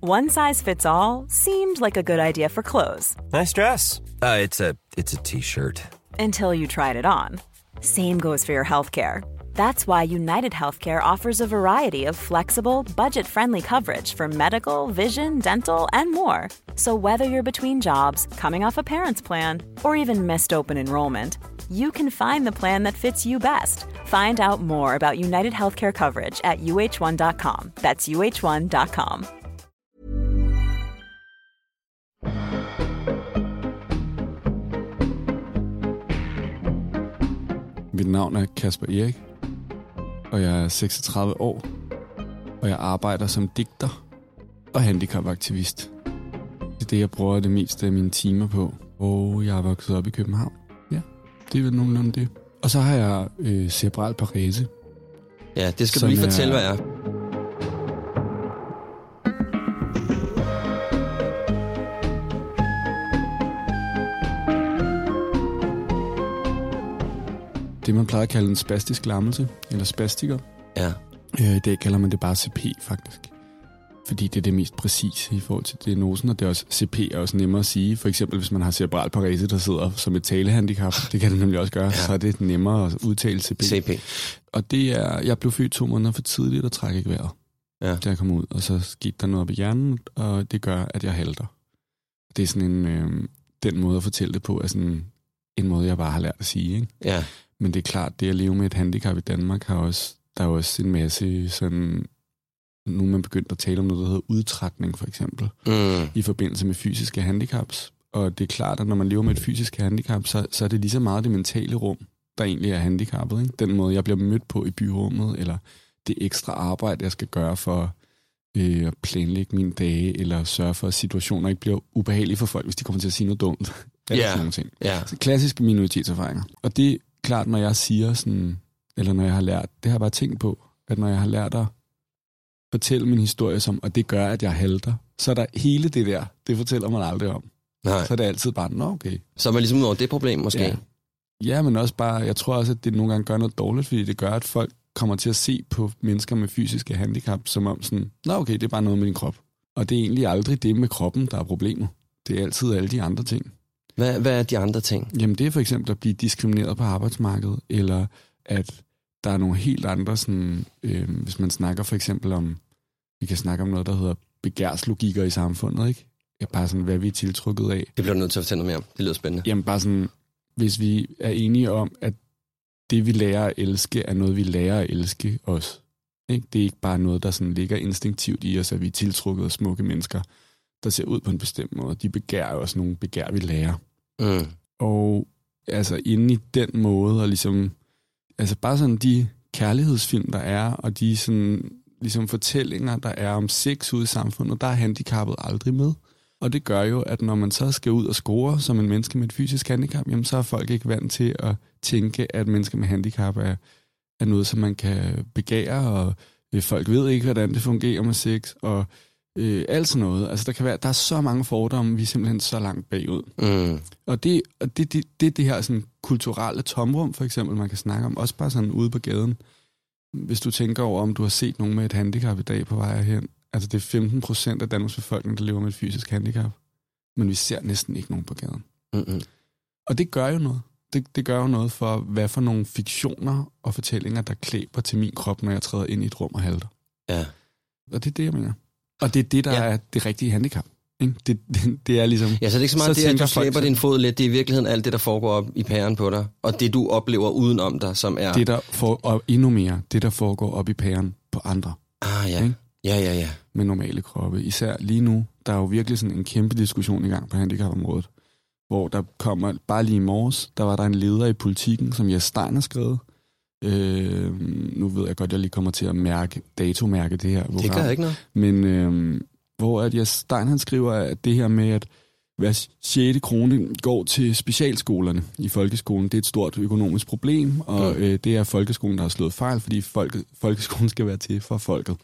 One size fits all seemed like a good idea for clothes. Nice dress. It's a t-shirt. Until you tried it on. Same goes for your healthcare. That's why United Healthcare offers a variety of flexible, budget-friendly coverage for medical, vision, dental, and more. So whether you're between jobs, coming off a parent's plan, or even missed open enrollment, you can find the plan that fits you best. Find out more about United Healthcare coverage at uh1.com. That's uh1.com. Mit navn er Kasper Erik, og jeg er 36 år, og jeg arbejder som digter og handicapaktivist. Det er det, jeg bruger det meste af mine timer på, og jeg er vokset op i København. Ja, det er vel nogenlunde det. Og så har jeg cerebral parese. Ja, det skal du lige fortælle, hvad er. Det, man plejer at kalde en spastisk lammelse, eller spastiker. Ja. I dag kalder man det bare CP, faktisk. Fordi det er det mest præcise i forhold til diagnosen, og det er også, CP er også nemmere at sige. For eksempel, hvis man har cerebral parese, der sidder som et talehandicap, det kan det nemlig også gøre, så er det nemmere at udtale CP. Og det er, jeg blev født 2 måneder for tidligt og trækker ikke vejret, da jeg kom ud. Og så skete der noget op i hjernen, og det gør, at jeg halter. Det er sådan en, den måde at fortælle det på, er sådan en måde, jeg bare har lært at sige, ikke? Ja. Men det er klart, det at leve med et handicap i Danmark har også, der er også en masse sådan, nu er man begyndt at tale om noget, der hedder udtrækning for eksempel, i forbindelse med fysiske handicaps. Og det er klart, at når man lever med et fysisk handicap, så er det lige så meget det mentale rum, der egentlig er handicappet, ikke? Den måde, jeg bliver mødt på i byrummet, eller det ekstra arbejde, jeg skal gøre for at planlægge mine dage, eller sørge for, at situationer ikke bliver ubehagelige for folk, hvis de kommer til at sige noget dumt. Sådan nogle ting. Så klassiske minoritetserfaringer. Og det er klart, når jeg siger sådan, eller når jeg har lært, det har jeg bare tænkt på, at når jeg har lært at fortælle min historie som, og det gør, at jeg halter, så er der hele det der, det fortæller man aldrig om. Nej. Så er det altid bare, nå okay. Så er man ligesom ud over det problem måske? Ja, men også bare, jeg tror også, at det nogle gange gør noget dårligt, fordi det gør, at folk kommer til at se på mennesker med fysiske handicap, som om sådan, nå okay, det er bare noget med din krop. Og det er egentlig aldrig det med kroppen, der er problemet. Det er altid alle de andre ting. Hvad er de andre ting? Jamen det er for eksempel at blive diskrimineret på arbejdsmarkedet, eller at der er nogle helt andre, sådan, hvis man snakker for eksempel om, vi kan snakke om noget, der hedder begærslogikker i samfundet, ikke? Bare sådan, hvad vi er tiltrukket af. Det bliver du nødt til at fortælle noget mere om. Det lyder spændende. Jamen bare sådan, hvis vi er enige om, at det vi lærer at elske, er noget, vi lærer at elske os. Ikke? Det er ikke bare noget, der sådan ligger instinktivt i os, at vi er tiltrukket af smukke mennesker, der ser ud på en bestemt måde. De begær er også nogle begær, vi lærer. Og altså inde i den måde, og ligesom, altså bare sådan de kærlighedsfilm, der er, og de sådan, ligesom fortællinger, der er om sex ude i samfundet, der er handicappet aldrig med. Og det gør jo, at når man så skal ud og score som en menneske med et fysisk handicap, jamen så er folk ikke vant til at tænke, at mennesker med handicap er noget, som man kan begære, og folk ved ikke, hvordan det fungerer med sex, og alt sådan noget. Altså der er så mange fordomme, vi er simpelthen så langt bagud. Og det er det her sådan kulturelle tomrum, for eksempel, man kan snakke om, også bare sådan ude på gaden. Hvis du tænker over, om du har set nogen med et handicap i dag på vej hen, altså det er 15% af Danmarks befolkning, der lever med et fysisk handicap, men vi ser næsten ikke nogen på gaden. Og det gør jo noget. Det gør jo noget for, hvad for nogle fiktioner og fortællinger, der klæber til min krop, når jeg træder ind i et rum og halter. Ja. Og det er det, jeg mener. Og det er det, der er det rigtige handicap. Ikke? Det er ligesom... Ja, så det er ikke så meget det, at du slæber din fod lidt. Det er i virkeligheden alt det, der foregår op i pæren på dig, og det, du oplever udenom dig, som er... Det, der og endnu mere, det, der foregår op i pæren på andre. Ikke? Ja. Med normale kroppe. Især lige nu, der er jo virkelig sådan en kæmpe diskussion i gang på handicapområdet, hvor der kommer, bare lige i morges, der var der en leder i Politikken, som Jes Stein har skrevet. Nu ved jeg godt, jeg lige kommer til at datomærke det her. Det gør ikke noget. Men hvor at Jes Stein, han skriver, at det her med, at hver 6. krone går til specialskolerne i folkeskolen, det er et stort økonomisk problem, og det er folkeskolen, der har slået fejl, fordi folkeskolen skal være til for folket.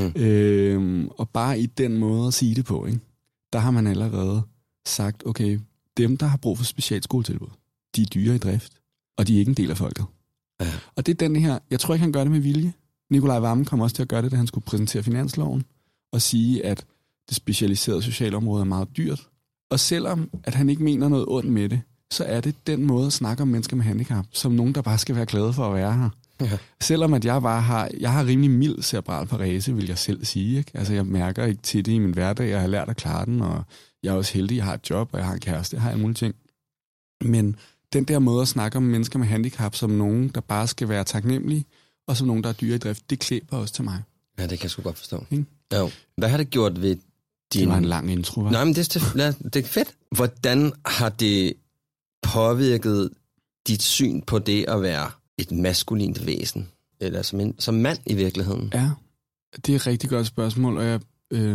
Og bare i den måde at sige det på, ikke, der har man allerede sagt, okay, dem, der har brug for specialskoletilbud, de er dyre i drift, og de er ikke en del af folket. Ja. Og det er den her, jeg tror ikke, han gør det med vilje. Nikolaj Wammen kom også til at gøre det, da han skulle præsentere finansloven, og sige, at det specialiserede sociale område er meget dyrt. Og selvom at han ikke mener noget ondt med det, så er det den måde at snakke om mennesker med handicap, som nogen, der bare skal være glade for at være her. Ja. Selvom at jeg har rimelig mild cerebral parese, vil jeg selv sige. Ikke? Altså, jeg mærker ikke til det i min hverdag. Jeg har lært at klare den, og jeg er også heldig. Jeg har et job, og jeg har en kæreste. Jeg har alle mulige ting. Men den der måde at snakke om mennesker med handicap som nogen, der bare skal være taknemmelige, og som nogen, der er dyre i drift, det klæber også til mig. Ja, det kan jeg sgu godt forstå. Jo. Hvad har det gjort ved din... Det var en lang intro, hva'? Nej, men det er fedt. Hvordan har det påvirket dit syn på det at være et maskulint væsen? Eller som mand i virkeligheden? Ja, det er et rigtig godt spørgsmål, og jeg,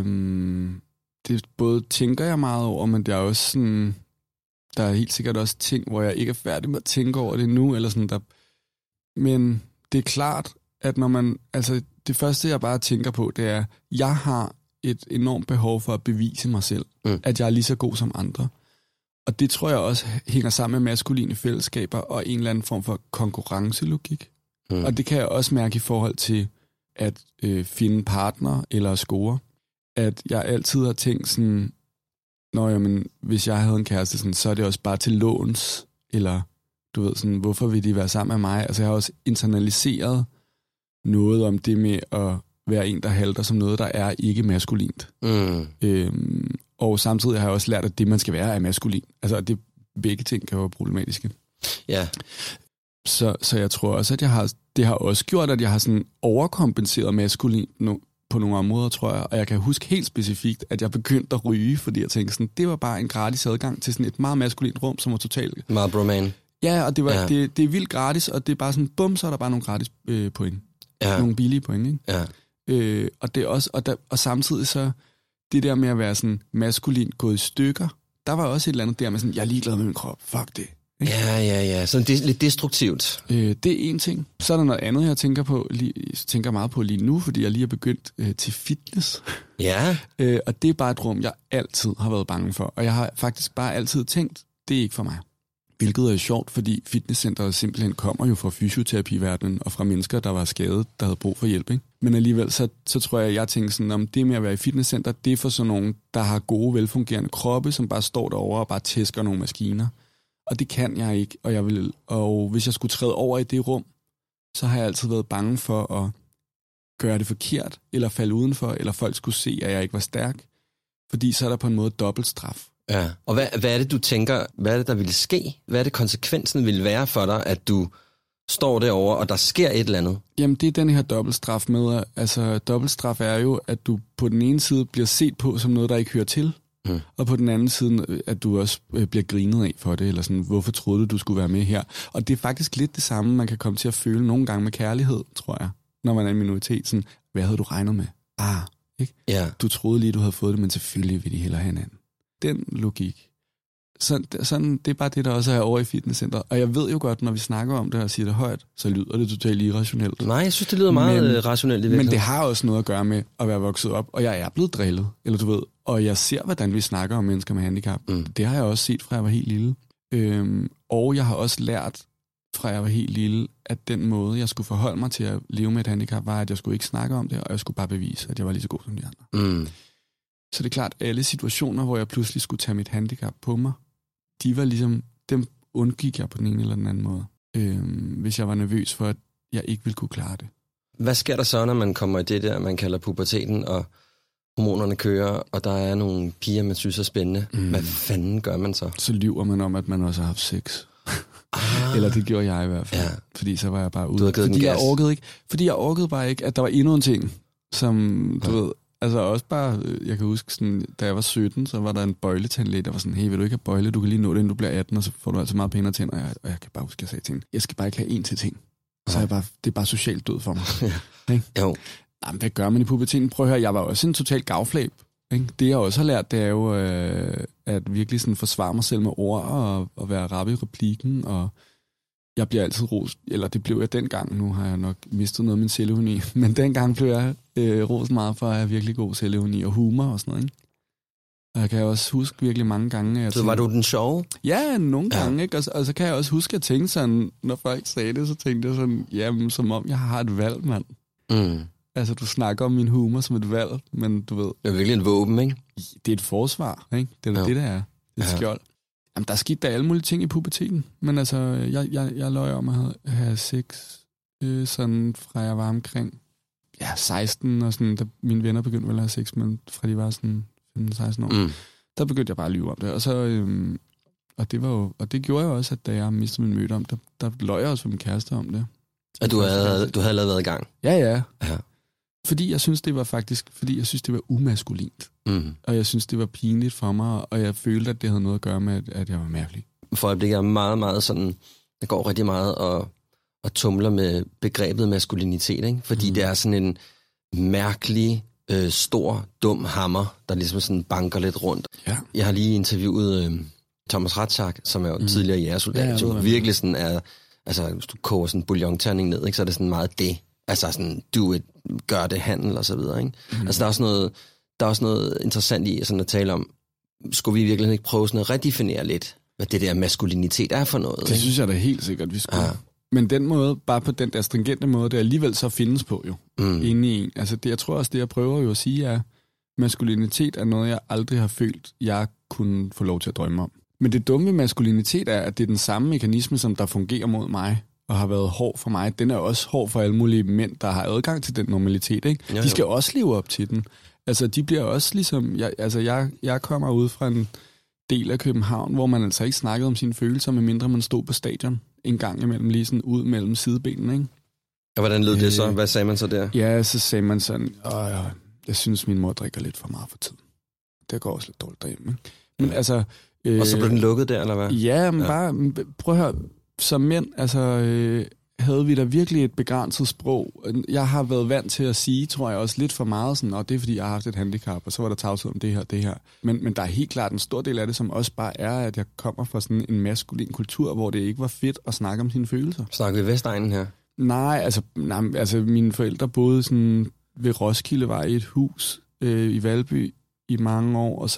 det både tænker jeg meget over, men det er også sådan... Der er helt sikkert også ting, hvor jeg ikke er færdig med at tænke over det nu, eller sådan der. Men det er klart, at når man... Altså, det første, jeg bare tænker på, det er, jeg har et enormt behov for at bevise mig selv, at jeg er lige så god som andre. Og det tror jeg også hænger sammen med maskuline fællesskaber og en eller anden form for konkurrencelogik. Og det kan jeg også mærke i forhold til at finde partner eller score. At jeg altid har tænkt sådan, jamen, hvis jeg havde en kæreste, sådan, så er det også bare til låns, eller du ved sådan, hvorfor vil de være sammen med mig? Altså jeg har også internaliseret noget om det med at være en, der halter som noget, der er ikke maskulint. Og samtidig har jeg også lært, at det, man skal være, er maskulin. Altså det, begge ting kan være problematiske. Ja. Så jeg tror også, at det har også gjort, at jeg har sådan overkompenseret maskulin på nogle områder, tror jeg. Og jeg kan huske helt specifikt, at jeg begyndte at ryge, fordi jeg tænkte sådan, det var bare en gratis adgang til sådan et meget maskulint rum, som var totalt... Meget broman. Ja, og det er vildt gratis, og det er bare sådan, bum, så er der bare nogle gratis point. Ja. Nogle billige point, ikke? Ja. Og det er også, og samtidig så, det der med at være sådan maskulin gået i stykker, der var også et eller andet der med sådan, jeg er ligeglad med min krop, fuck det. Ikke? Ja, så det er lidt destruktivt. Det er en ting. Så er der noget andet, jeg tænker meget på lige nu, fordi jeg lige er begyndt til fitness. Ja. Og det er bare et rum, jeg altid har været bange for. Og jeg har faktisk bare altid tænkt, det er ikke for mig. Hvilket er sjovt, fordi fitnesscenteret simpelthen kommer jo fra fysioterapiverdenen og fra mennesker, der var skadet, der havde brug for hjælp. Ikke? Men alligevel, så tror jeg tænker sådan, om det med at være i fitnesscenter, det er for sådan nogen, der har gode, velfungerende kroppe, som bare står derovre og bare tæsker nogle maskiner. Og det kan jeg ikke, og hvis jeg skulle træde over i det rum, så har jeg altid været bange for at gøre det forkert, eller falde udenfor, eller folk skulle se, at jeg ikke var stærk. Fordi så er der på en måde dobbelt straf. Ja, og hvad er det, du tænker, hvad er det, der ville ske? Hvad er det, konsekvensen ville være for dig, at du står derovre, og der sker et eller andet? Jamen, det er den her dobbeltstraf med, altså dobbeltstraf er jo, at du på den ene side bliver set på som noget, der ikke hører til, og på den anden side, at du også bliver grinet af for det, eller sådan, hvorfor troede du skulle være med her? Og det er faktisk lidt det samme, man kan komme til at føle nogle gange med kærlighed, tror jeg, når man er en minoritet. Sådan, hvad havde du regnet med? Ikke? Ja. Du troede lige, du havde fået det, men selvfølgelig vil de hellere have hinanden. Den logik. Sådan, det er bare det, der også er over i fitnesscenter. Og jeg ved jo godt, når vi snakker om det og siger det højt, så lyder det totalt irrationelt. Nej, jeg synes, det lyder meget rationelt i virkeligheden. Men det har også noget at gøre med at være vokset op, og jeg er blevet drillet, eller du ved, og jeg ser, hvordan vi snakker om mennesker med handicap. Det har jeg også set, fra jeg var helt lille. Og jeg har også lært, fra jeg var helt lille, at den måde, jeg skulle forholde mig til at leve med et handicap, var, at jeg skulle ikke snakke om det, og jeg skulle bare bevise, at jeg var lige så god som de andre. Så det er klart, at alle situationer, hvor jeg pludselig skulle tage mit handicap på mig, de var ligesom, dem undgik jeg på den ene eller den anden måde. Hvis jeg var nervøs for, at jeg ikke ville kunne klare det. Hvad sker der så, når man kommer i det der, man kalder puberteten, og hormonerne kører, og der er nogle piger, man synes er spændende? Hvad fanden gør man så? Så lyver man om, at man også har haft sex. Eller det gjorde jeg i hvert fald. Ja. Fordi så var jeg bare ude. Fordi jeg orkede bare ikke, at der var endnu en ting, som du ved. Altså også bare, jeg kan huske, sådan, da jeg var 17, så var der en bøjletandlæge, der var sådan, hey, vil du ikke have bøjle? Du kan lige nå det, inden du bliver 18, og så får du altså meget pænere tænder. Og jeg kan bare huske, at jeg sagde til hende, jeg skal bare ikke have en til ting. Så det er bare socialt død for mig. Jo. Jamen, hvad gør man i puberteten? Prøv at høre, jeg var også en total gavflæb. Ikke? Det jeg også har lært, det er jo at virkelig sådan forsvare mig selv med ord, og være rap i replikken, og jeg bliver altid rost, eller det blev jeg dengang, nu har jeg nok mistet noget af min selvevni, men dengang blev jeg rost meget for at have virkelig god selvevni og humor og sådan noget, ikke? Og jeg kan også huske virkelig mange gange... Så var du den sjove? Ja, nogle gange, ikke? Og så kan jeg også huske, at jeg tænkte sådan, når folk sagde det, så tænkte jeg sådan, jamen, som om jeg har et valg, mand. Altså, du snakker om min humor som et valg, men du ved... Det er virkelig en våben, ikke? det er et forsvar, ikke? Det er det, der er. Det er et skjold. Jamen, der skete der alle mulige ting i puberteten, men altså, jeg løj om at have sex, sådan fra jeg var omkring 16, og sådan, da mine venner begyndte vel at have sex, men fra de var sådan 15-16 år, der begyndte jeg bare at lyve om det, og så, og det gjorde jeg også, at da jeg mistede min møde om, der løj jeg også for min kæreste om det. Og du havde allerede været i gang? Ja. Fordi jeg synes, det var umaskulint. Og jeg synes, det var pinligt for mig, og jeg følte, at det havde noget at gøre med, at jeg var mærkelig. For øjeblikket er meget, meget sådan, det går rigtig meget og tumler med begrebet maskulinitet, ikke? Fordi det er sådan en mærkelig, stor, dum hammer, der ligesom sådan banker lidt rundt. Ja. Jeg har lige interviewet Thomas Rathsack, som er jo tidligere jægersoldat, som virkelig sådan er, altså hvis du koger sådan en bouillonterning ned, ikke, så er det sådan meget det. Altså sådan, do it, gør det, handel og så videre, ikke? Altså der er også noget interessant i sådan at tale om, skulle vi i virkeligheden ikke prøve sådan at redefinere lidt, hvad det der maskulinitet er for noget? Det synes jeg da helt sikkert, vi skulle. Ja. Men den måde, bare på den der stringente måde, det alligevel så findes på jo, inde i en. Altså det, jeg tror også, det jeg prøver jo at sige er, maskulinitet er noget, jeg aldrig har følt, jeg kunne få lov til at drømme om. Men det dumme ved maskulinitet er, at det er den samme mekanisme, som der fungerer mod mig, og har været hård for mig. Den er også hård for alle mulige mænd, der har adgang til den normalitet, ikke? De skal også leve op til den. Altså, de bliver også ligesom... Jeg kommer ud fra en del af København, hvor man altså ikke snakkede om sine følelser, medmindre man stod på stadion en gang imellem, lige sådan ud mellem sidebenene, ikke? Og hvordan lød det så? Hvad sagde man så der? Ja, så sagde man sådan, jeg synes, min mor drikker lidt for meget for tiden. Det går også lidt dårligt derhjemme, ikke? Men altså... og så blev den lukket der, eller hvad? Ja, men bare... Prøv at høre... Som mænd, altså, havde vi da virkelig et begrænset sprog. Jeg har været vant til at sige, tror jeg, også lidt for meget sådan, og det er, fordi jeg har haft et handicap, og så var der tavshed om det her. Men der er helt klart en stor del af det, som også bare er, at jeg kommer fra sådan en maskulin kultur, hvor det ikke var fedt at snakke om sine følelser. Snakker vi Vestegnen her? Nej, altså mine forældre boede sådan ved Roskildevej i et hus i Valby i mange år, og så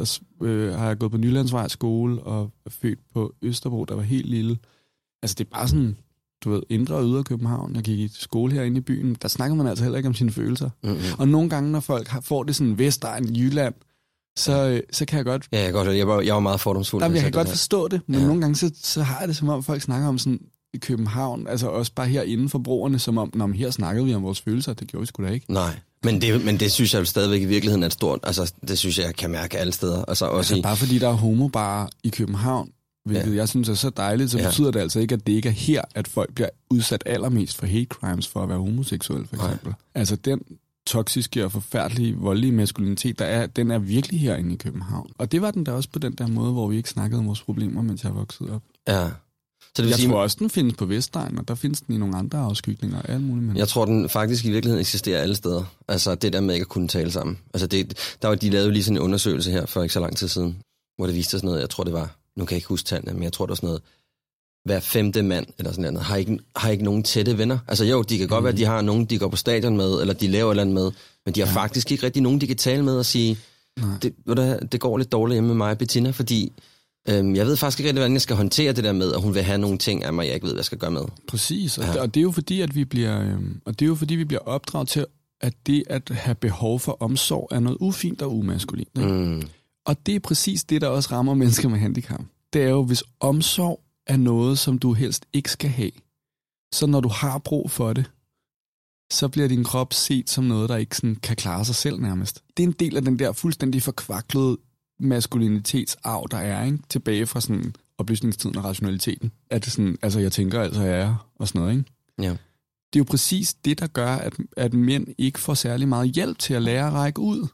har jeg gået på Nylandsvej skole og er født på Østerbro, der var helt lille. Altså, det er bare sådan, du ved, indre og ydre København. Jeg gik i skole herinde i byen. Der snakker man altså heller ikke om sine følelser. Og nogle gange, når folk får det sådan Vestegn, Jylland, så kan jeg godt... Ja, jeg var meget fordomsfuld. Jeg kan godt forstå det, men nogle gange, så har jeg det som om, folk snakker om sådan i København, altså også bare her inden for broerne, som om, her snakkede vi om vores følelser. Det gjorde vi sgu da ikke. Nej. Men det synes jeg jo stadigvæk i virkeligheden er stort. Altså, det synes jeg kan mærke alle steder. Altså bare fordi der er homobarer i København, hvilket jeg synes er så dejligt, så betyder det altså ikke, at det ikke er her, at folk bliver udsat allermest for hate crimes for at være homoseksuel, for eksempel. Nej. Altså den toksiske og forfærdelige, voldelige maskulinitet, den er virkelig herinde i København. Og det var den da også på den der måde, hvor vi ikke snakkede om vores problemer, mens jeg voksede op. Ja. Så det vil tror også, den findes på Vestegn, og der findes den i nogle andre afskygninger og alle mulige. Jeg tror, den faktisk i virkeligheden eksisterer alle steder. Altså det der med ikke at kunne tale sammen. Altså de lavede lige sådan en undersøgelse her for ikke så lang tid siden, hvor det viste sig sådan noget, jeg tror det var, nu kan jeg ikke huske tallene, men jeg tror det var sådan noget, hver 5. mand eller sådan noget, har ikke nogen tætte venner. Altså jo, de kan godt være, at de har nogen, de går på stadion med, eller de laver et eller andet med, men de har faktisk ikke rigtig nogen, de kan tale med og sige, det går lidt dårligt hjemme med mig og Bettina, fordi jeg ved faktisk ikke rigtig, hvordan jeg skal håndtere det der med, at hun vil have nogle ting af mig, jeg ikke ved, hvad jeg skal gøre med. Præcis, og det er jo fordi, at vi bliver opdraget til, at det at have behov for omsorg er noget ufint og umaskulint. Og det er præcis det, der også rammer mennesker med handicap. Det er jo, hvis omsorg er noget, som du helst ikke skal have, så når du har brug for det, så bliver din krop set som noget, der ikke sådan kan klare sig selv nærmest. Det er en del af den der fuldstændig forkvaklede maskulinitetsarv, der er, ikke? Tilbage fra sådan oplysningstiden og rationaliteten. At det sådan, altså jeg tænker, altså jeg er, og sådan noget, ikke? Ja. Det er jo præcis det, der gør, at mænd ikke får særlig meget hjælp til at lære at række ud.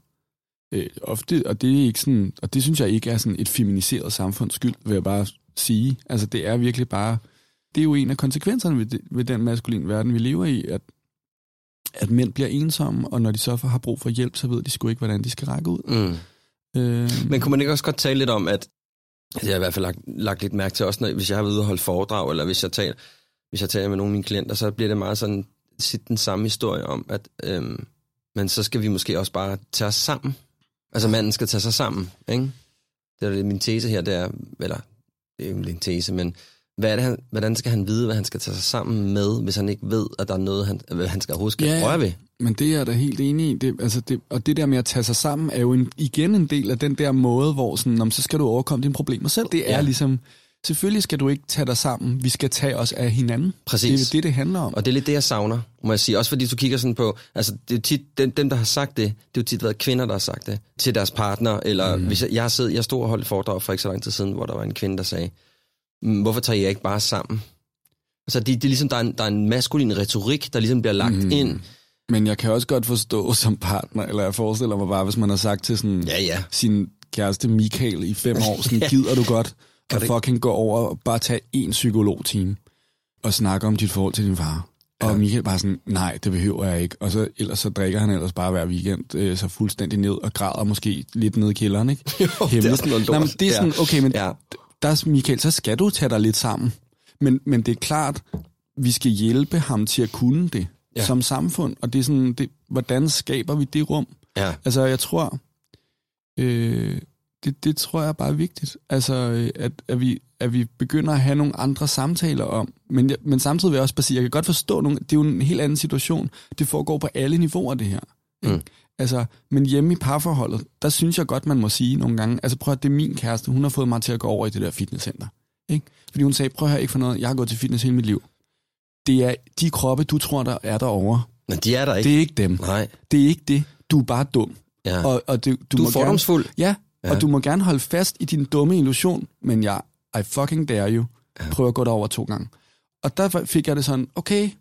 Ofte, og det er ikke sådan, og det synes jeg ikke er sådan et feminiseret samfunds skyld, vil jeg bare sige. Altså det er virkelig bare, det er jo en af konsekvenserne ved den maskuline verden, vi lever i, at mænd bliver ensomme, og når de så har brug for hjælp, så ved de sgu ikke, hvordan de skal række ud. Men kunne man ikke også godt tale lidt om, at jeg har i hvert fald lagt lidt mærke til også, hvis jeg har været ude og holde foredrag, eller hvis jeg taler med nogle af mine klienter, så bliver det meget sådan den samme historie om, at men så skal vi måske også bare tage os sammen. Altså manden skal tage sig sammen, ikke? Det er min tese her, det er, eller det er jo en tese, men hvordan skal han vide, hvad han skal tage sig sammen med, hvis han ikke ved, at der er noget, han skal overhovedet skal røre ved? Men det er jeg da helt enig i. Og det der med at tage sig sammen, er jo igen en del af den der måde, hvor sådan, så skal du overkomme dine problemer selv. Det er ligesom, selvfølgelig skal du ikke tage dig sammen, vi skal tage os af hinanden. Præcis. Det er det handler om. Og det er lidt det, jeg savner, må jeg sige. Også fordi du kigger sådan på, altså det er tit, dem, der har sagt det, det er jo tit været kvinder, der har sagt det til deres partner, eller hvis jeg stod og holdt foredrag for ikke så lang tid siden, hvor der var en kvinde, der sagde, hvorfor tager I ikke bare sammen? Altså det er ligesom, der er en maskulin retorik, der ligesom bliver lagt ind. Men jeg kan også godt forstå som partner, eller jeg forestiller mig bare, hvis man har sagt til sådan sin kæreste Michael i 5 år, sådan, gider du godt at fucking gå over og bare tage 1 psykologtime og snakke om dit forhold til din far. Og Michael bare sådan, nej, det behøver jeg ikke. Og så ellers så drikker han ellers bare hver weekend så fuldstændig ned og græder måske lidt ned i kælderen, ikke? Jo, det er sådan noget lort. Nej, men det er sådan, okay, men der er Michael, så skal du tage dig lidt sammen. Men det er klart, vi skal hjælpe ham til at kunne det som samfund. Og det er sådan, hvordan skaber vi det rum? Ja. Altså, jeg tror, det tror jeg bare er vigtigt. Altså, at vi begynder at have nogle andre samtaler om. Men samtidig vil jeg også bare sige, jeg kan godt forstå, det er jo en helt anden situation. Det foregår på alle niveauer, det her. Altså, men hjemme i parforholdet, der synes jeg godt, man må sige nogle gange, altså prøv at det er min kæreste, hun har fået mig til at gå over i det der fitnesscenter. Ikke? Fordi hun sagde, prøv at høre, ikke for noget, jeg har gået til fitness hele mit liv. Det er de kroppe, du tror, der er derovre. Men de er der ikke. Det er ikke dem. Nej. Det er ikke det. Du er bare dum. Ja. Og du er fordomsfuld. Ja, og du må gerne holde fast i din dumme illusion, men I fucking dare you. Prøv at gå derover 2 gange. Og der fik jeg det sådan, okay,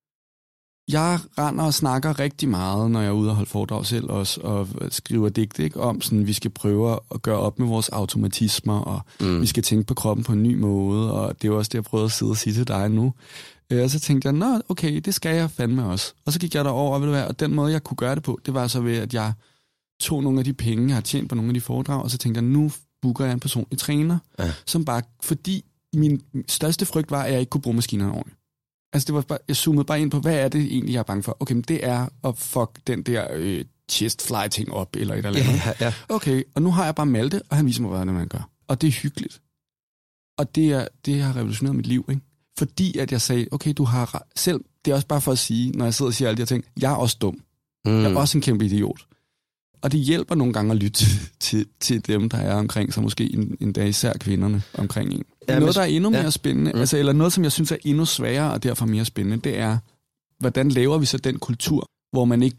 jeg render og snakker rigtig meget, når jeg er ude og holde foredrag selv også, og skriver digte, ikke, om sådan, vi skal prøve at gøre op med vores automatismer, og vi skal tænke på kroppen på en ny måde, og det er også det, jeg prøvede at sidde og sige til dig nu. Og så tænkte jeg, okay, det skal jeg fandme også. Og så gik jeg derover, ved du hvad, og den måde, jeg kunne gøre det på, det var så ved, at jeg tog nogle af de penge, jeg har tjent på nogle af de foredrag, og så tænkte jeg, nu booker jeg en personlig træner, som bare, fordi min største frygt var, at jeg ikke kunne bruge maskinerne ordentligt. Altså det var bare, jeg zoomede bare ind på, hvad er det egentlig, jeg er bange for? Okay, men det er at fuck den der chest fly ting op, eller et eller andet. Ja. Okay, og nu har jeg bare Malte, og han viser mig, hvordan man gør. Og det er hyggeligt. Og det har revolutioneret mit liv, ikke? Fordi at jeg sagde, okay, du har selv, det er også bare for at sige, når jeg sidder og siger alle de her ting, jeg er også dum. Jeg er også en kæmpe idiot. Og det hjælper nogle gange at lytte til dem, der er omkring, så måske endda især kvinderne omkring en. Noget, der er endnu mere spændende, altså, eller noget, som jeg synes er endnu sværere, og derfor mere spændende, det er, hvordan laver vi så den kultur, hvor man ikke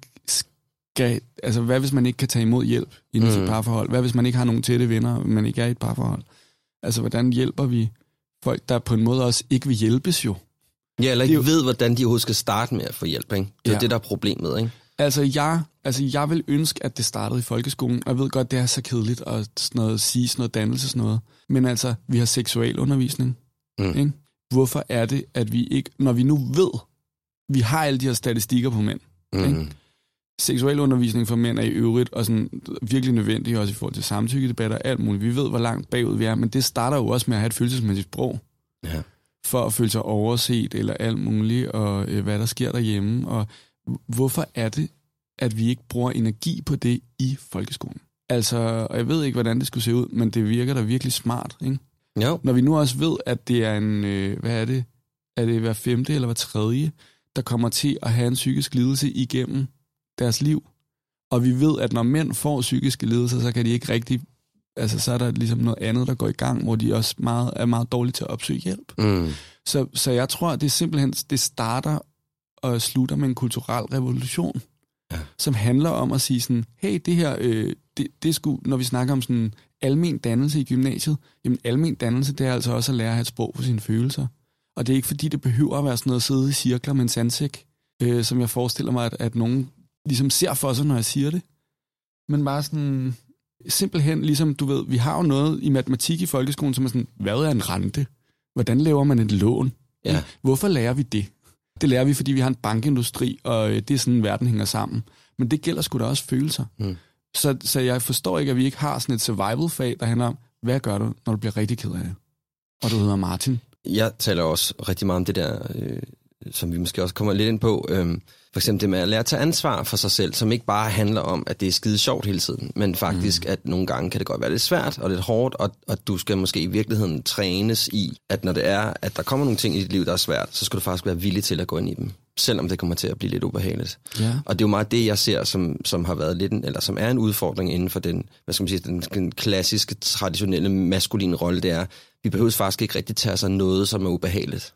skal, altså hvad hvis man ikke kan tage imod hjælp inden for et parforhold? Hvad hvis man ikke har nogen tætte venner, men ikke er i et parforhold? Altså, hvordan hjælper vi folk, der på en måde også ikke vil hjælpes jo? Ja, eller ikke ved, hvordan de overhovedet skal starte med at få hjælp, ikke? Det er det, der er problemet, ikke? Altså, jeg vil ønske, at det startede i folkeskolen, og jeg ved godt, det er så kedeligt at sige sådan noget dannelse, sådan noget. Men altså, vi har seksualundervisning. Ikke? Hvorfor er det, at vi ikke, når vi nu ved, vi har alle de her statistikker på mænd. Ikke? Seksualundervisning for mænd er i øvrigt, og sådan virkelig nødvendigt også i forhold til samtykkedebatter og alt muligt. Vi ved, hvor langt bagud vi er, men det starter jo også med at have et følelsesmæssigt sprog. Ja. For at føle sig overset eller alt muligt, og hvad der sker derhjemme. Og hvorfor er det, at vi ikke bruger energi på det i folkeskolen? Altså, og jeg ved ikke, hvordan det skulle se ud, men det virker da virkelig smart, ikke? Jo. Når vi nu også ved, at det er en, hvad er det? Er det hver 5. eller hver 3., der kommer til at have en psykisk lidelse igennem deres liv? Og vi ved, at når mænd får psykiske lidelser, så kan de ikke rigtig, altså så er der ligesom noget andet, der går i gang, hvor de også er meget dårlige til at opsøge hjælp. Så jeg tror, at det simpelthen, det starter og slutter med en kulturel revolution, som handler om at sige sådan, hey, det her, det skulle, når vi snakker om sådan almen dannelse i gymnasiet, jamen almen dannelse, det er altså også at lære at have et sprog for sine følelser. Og det er ikke fordi, det behøver at være sådan noget at sidde i cirkler med en sandsæk, som jeg forestiller mig, at nogen ligesom ser for sig, når jeg siger det. Men bare sådan, simpelthen ligesom, du ved, vi har jo noget i matematik i folkeskolen, som er sådan, hvad er en rente? Hvordan laver man et lån? Ja. Hvorfor lærer vi det? Det lærer vi, fordi vi har en bankindustri, og det er sådan, verden hænger sammen. Men det gælder sgu da også følelser. Så jeg forstår ikke, at vi ikke har sådan et survival-fag, der handler om, hvad gør du, når du bliver rigtig ked af det? Og du hedder Martin. Jeg taler også rigtig meget om det der som vi måske også kommer lidt ind på, for eksempel det med at lære at tage ansvar for sig selv, som ikke bare handler om, at det er skide sjovt hele tiden, men faktisk, at nogle gange kan det godt være lidt svært og lidt hårdt, og du skal måske i virkeligheden trænes i, at når det er, at der kommer nogle ting i dit liv, der er svært, så skal du faktisk være villig til at gå ind i dem, selvom det kommer til at blive lidt ubehageligt. Ja. Og det er jo meget det, jeg ser, som har været lidt eller som er en udfordring inden for den, hvad skal man sige, den klassiske, traditionelle maskuline rolle, det er, vi behøver faktisk ikke rigtig tage sig noget, som er ubehageligt.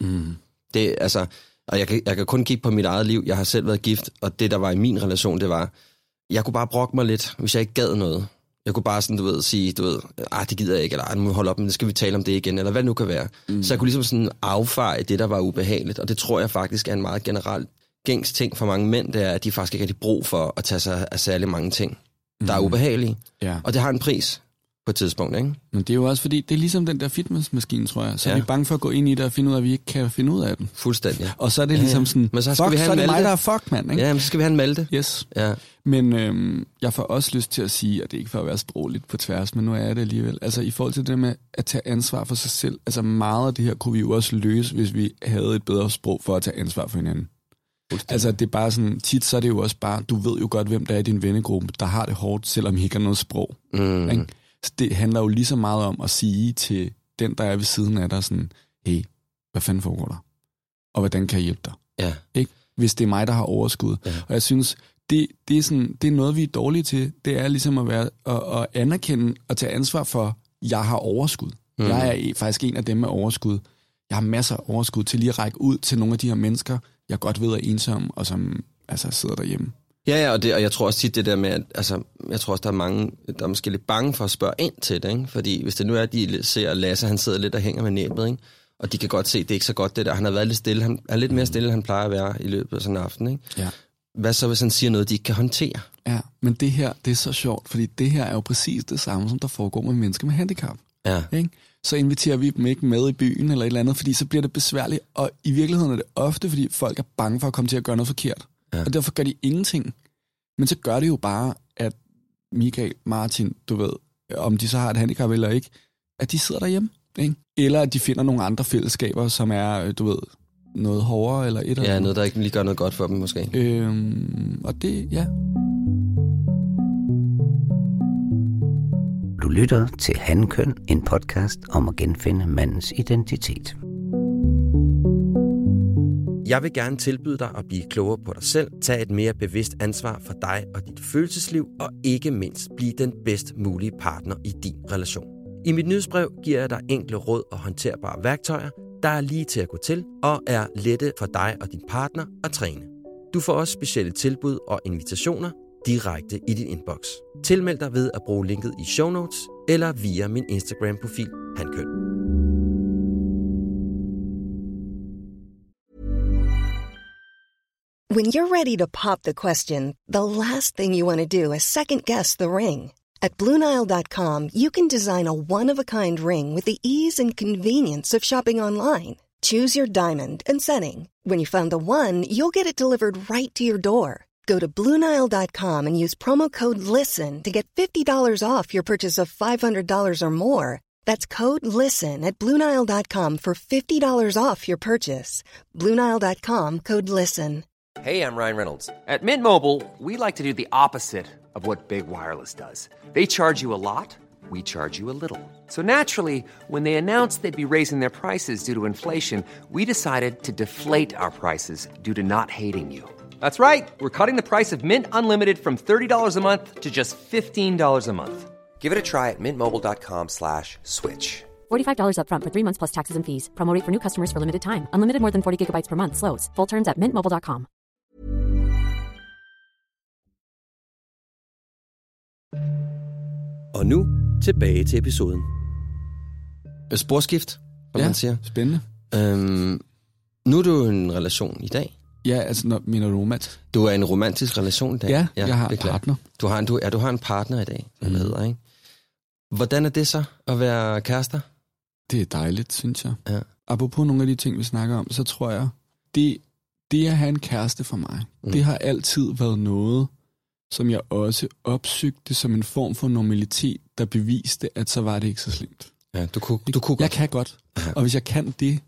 Det, altså, og jeg kan kun kigge på mit eget liv. Jeg har selv været gift, og det, der var i min relation, det var, jeg kunne bare brokke mig lidt, hvis jeg ikke gad noget. Jeg kunne bare sådan, sige, det gider jeg ikke, eller nu må jeg holde op, men det skal vi tale om det igen, eller hvad det nu kan være. Så jeg kunne ligesom sådan affeje det, der var ubehageligt, og det tror jeg faktisk er en meget generelt gængs ting for mange mænd, det er, at de faktisk ikke har brug for at tage sig af særlig mange ting, der er ubehagelige. Ja. Og det har en pris på et tidspunkt, ikke? Men det er jo også fordi, det er ligesom den der fitnessmaskine, tror jeg. Så er vi bange for at gå ind i det og finde ud af, at vi ikke kan finde ud af den. Fuldstændig. Og så er det ligesom sådan, men så skal vi have så er det Malte. mig, der er fuck, mand, ikke? Ja, men så skal vi have en Malte. Yes. Ja. Men jeg får også lyst til at sige, at det ikke for at være sprogligt på tværs, men nu er jeg det alligevel. Altså i forhold til det med at tage ansvar for sig selv, altså meget af det her kunne vi jo også løse, hvis vi havde et bedre sprog for at tage ansvar for hinanden. Altså det er bare sådan, tit så er det jo også bare, du ved jo godt, hvem der er i din vennegruppe, der har det hårdt, selvom I ikke har noget sprog. Ikke? Så det handler jo lige så meget om at sige til den, der er ved siden af dig, sådan, hey, hvad fanden foregår der? Og hvordan kan jeg hjælpe dig? Ja. Ikke? Hvis det er mig, der har overskud. Ja. Og jeg synes, det er noget, vi er dårlige til. Det er ligesom at anerkende og tage ansvar for, jeg har overskud. Jeg er faktisk en af dem med overskud. Jeg har masser af overskud til lige at række ud til nogle af de her mennesker, jeg godt ved er ensomme, og som altså sidder derhjemme. Ja, og jeg tror også tit det der med, at altså, jeg tror også, der er mange, der er måske lidt bange for at spørge ind til det, ikke? Fordi hvis det nu er, at de ser Lasse, han sidder lidt og hænger med næbet, ikke? Og de kan godt se, at det er ikke så godt det der. Han har været lidt stille, han er lidt mere stille, end han plejer at være i løbet af sådan en aften, ikke? Ja. Hvad så, hvis han siger noget, de ikke kan håndtere? Ja, men det her, det er så sjovt, fordi det her er jo præcis det samme, som der foregår med mennesker med handicap. Ja. Ikke? Så inviterer vi dem ikke med i byen eller et eller andet, fordi så bliver det besværligt. Og i virkeligheden er det ofte, fordi folk er bange for at komme til at gøre noget forkert. Ja. Og derfor gør de ingenting. Men så gør det jo bare, at Michael, Martin, du ved, om de så har et handicap eller ikke, at de sidder derhjemme. Ikke? Eller at de finder nogle andre fællesskaber, som er, du ved, noget hårdere eller et eller andet. Ja, noget, der ikke lige gør noget godt for dem måske. Og det, ja. Du lytter til Hankøn, en podcast om at genfinde mandens identitet. Jeg vil gerne tilbyde dig at blive klogere på dig selv, tage et mere bevidst ansvar for dig og dit følelsesliv, og ikke mindst blive den bedst mulige partner i din relation. I mit nyhedsbrev giver jeg dig enkle råd og håndterbare værktøjer, der er lige til at gå til og er lette for dig og din partner at træne. Du får også specielle tilbud og invitationer direkte i din inbox. Tilmeld dig ved at bruge linket i show notes eller via min Instagram-profil Hankøn. When you're ready to pop the question, the last thing you want to do is second-guess the ring. At BlueNile.com, you can design a one-of-a-kind ring with the ease and convenience of shopping online. Choose your diamond and setting. When you find the one, you'll get it delivered right to your door. Go to BlueNile.com and use promo code LISTEN to get $50 off your purchase of $500 or more. That's code LISTEN at BlueNile.com for $50 off your purchase. BlueNile.com, code LISTEN. Hey, I'm Ryan Reynolds. At Mint Mobile, we like to do the opposite of what Big Wireless does. They charge you a lot, we charge you a little. So naturally, when they announced they'd be raising their prices due to inflation, we decided to deflate our prices due to not hating you. That's right. We're cutting the price of Mint Unlimited from $30 a month to just $15 a month. Give it a try at mintmobile.com/switch. $45 up front for 3 months plus taxes and fees. Promo rate for new customers for limited time. Unlimited more than 40 gigabytes per month. Slows full terms at mintmobile.com. Og nu tilbage til episoden. Sporskift, som man siger. Spændende. Nu er du i en relation i dag. Ja, altså, mener du romantisk? Du er i en romantisk relation i dag. Ja, jeg har en partner. Du har en partner i dag, som det hedder, ikke? Hvordan er det så at være kærester? Det er dejligt, synes jeg. Ja. Apropos nogle af de ting, vi snakker om, så tror jeg, det at have en kæreste for mig, det har altid været noget, som jeg også opsøgte som en form for normalitet, der beviste, at så var det ikke så slemt. Ja, du kunne godt. Jeg kan godt. Og hvis jeg kan det,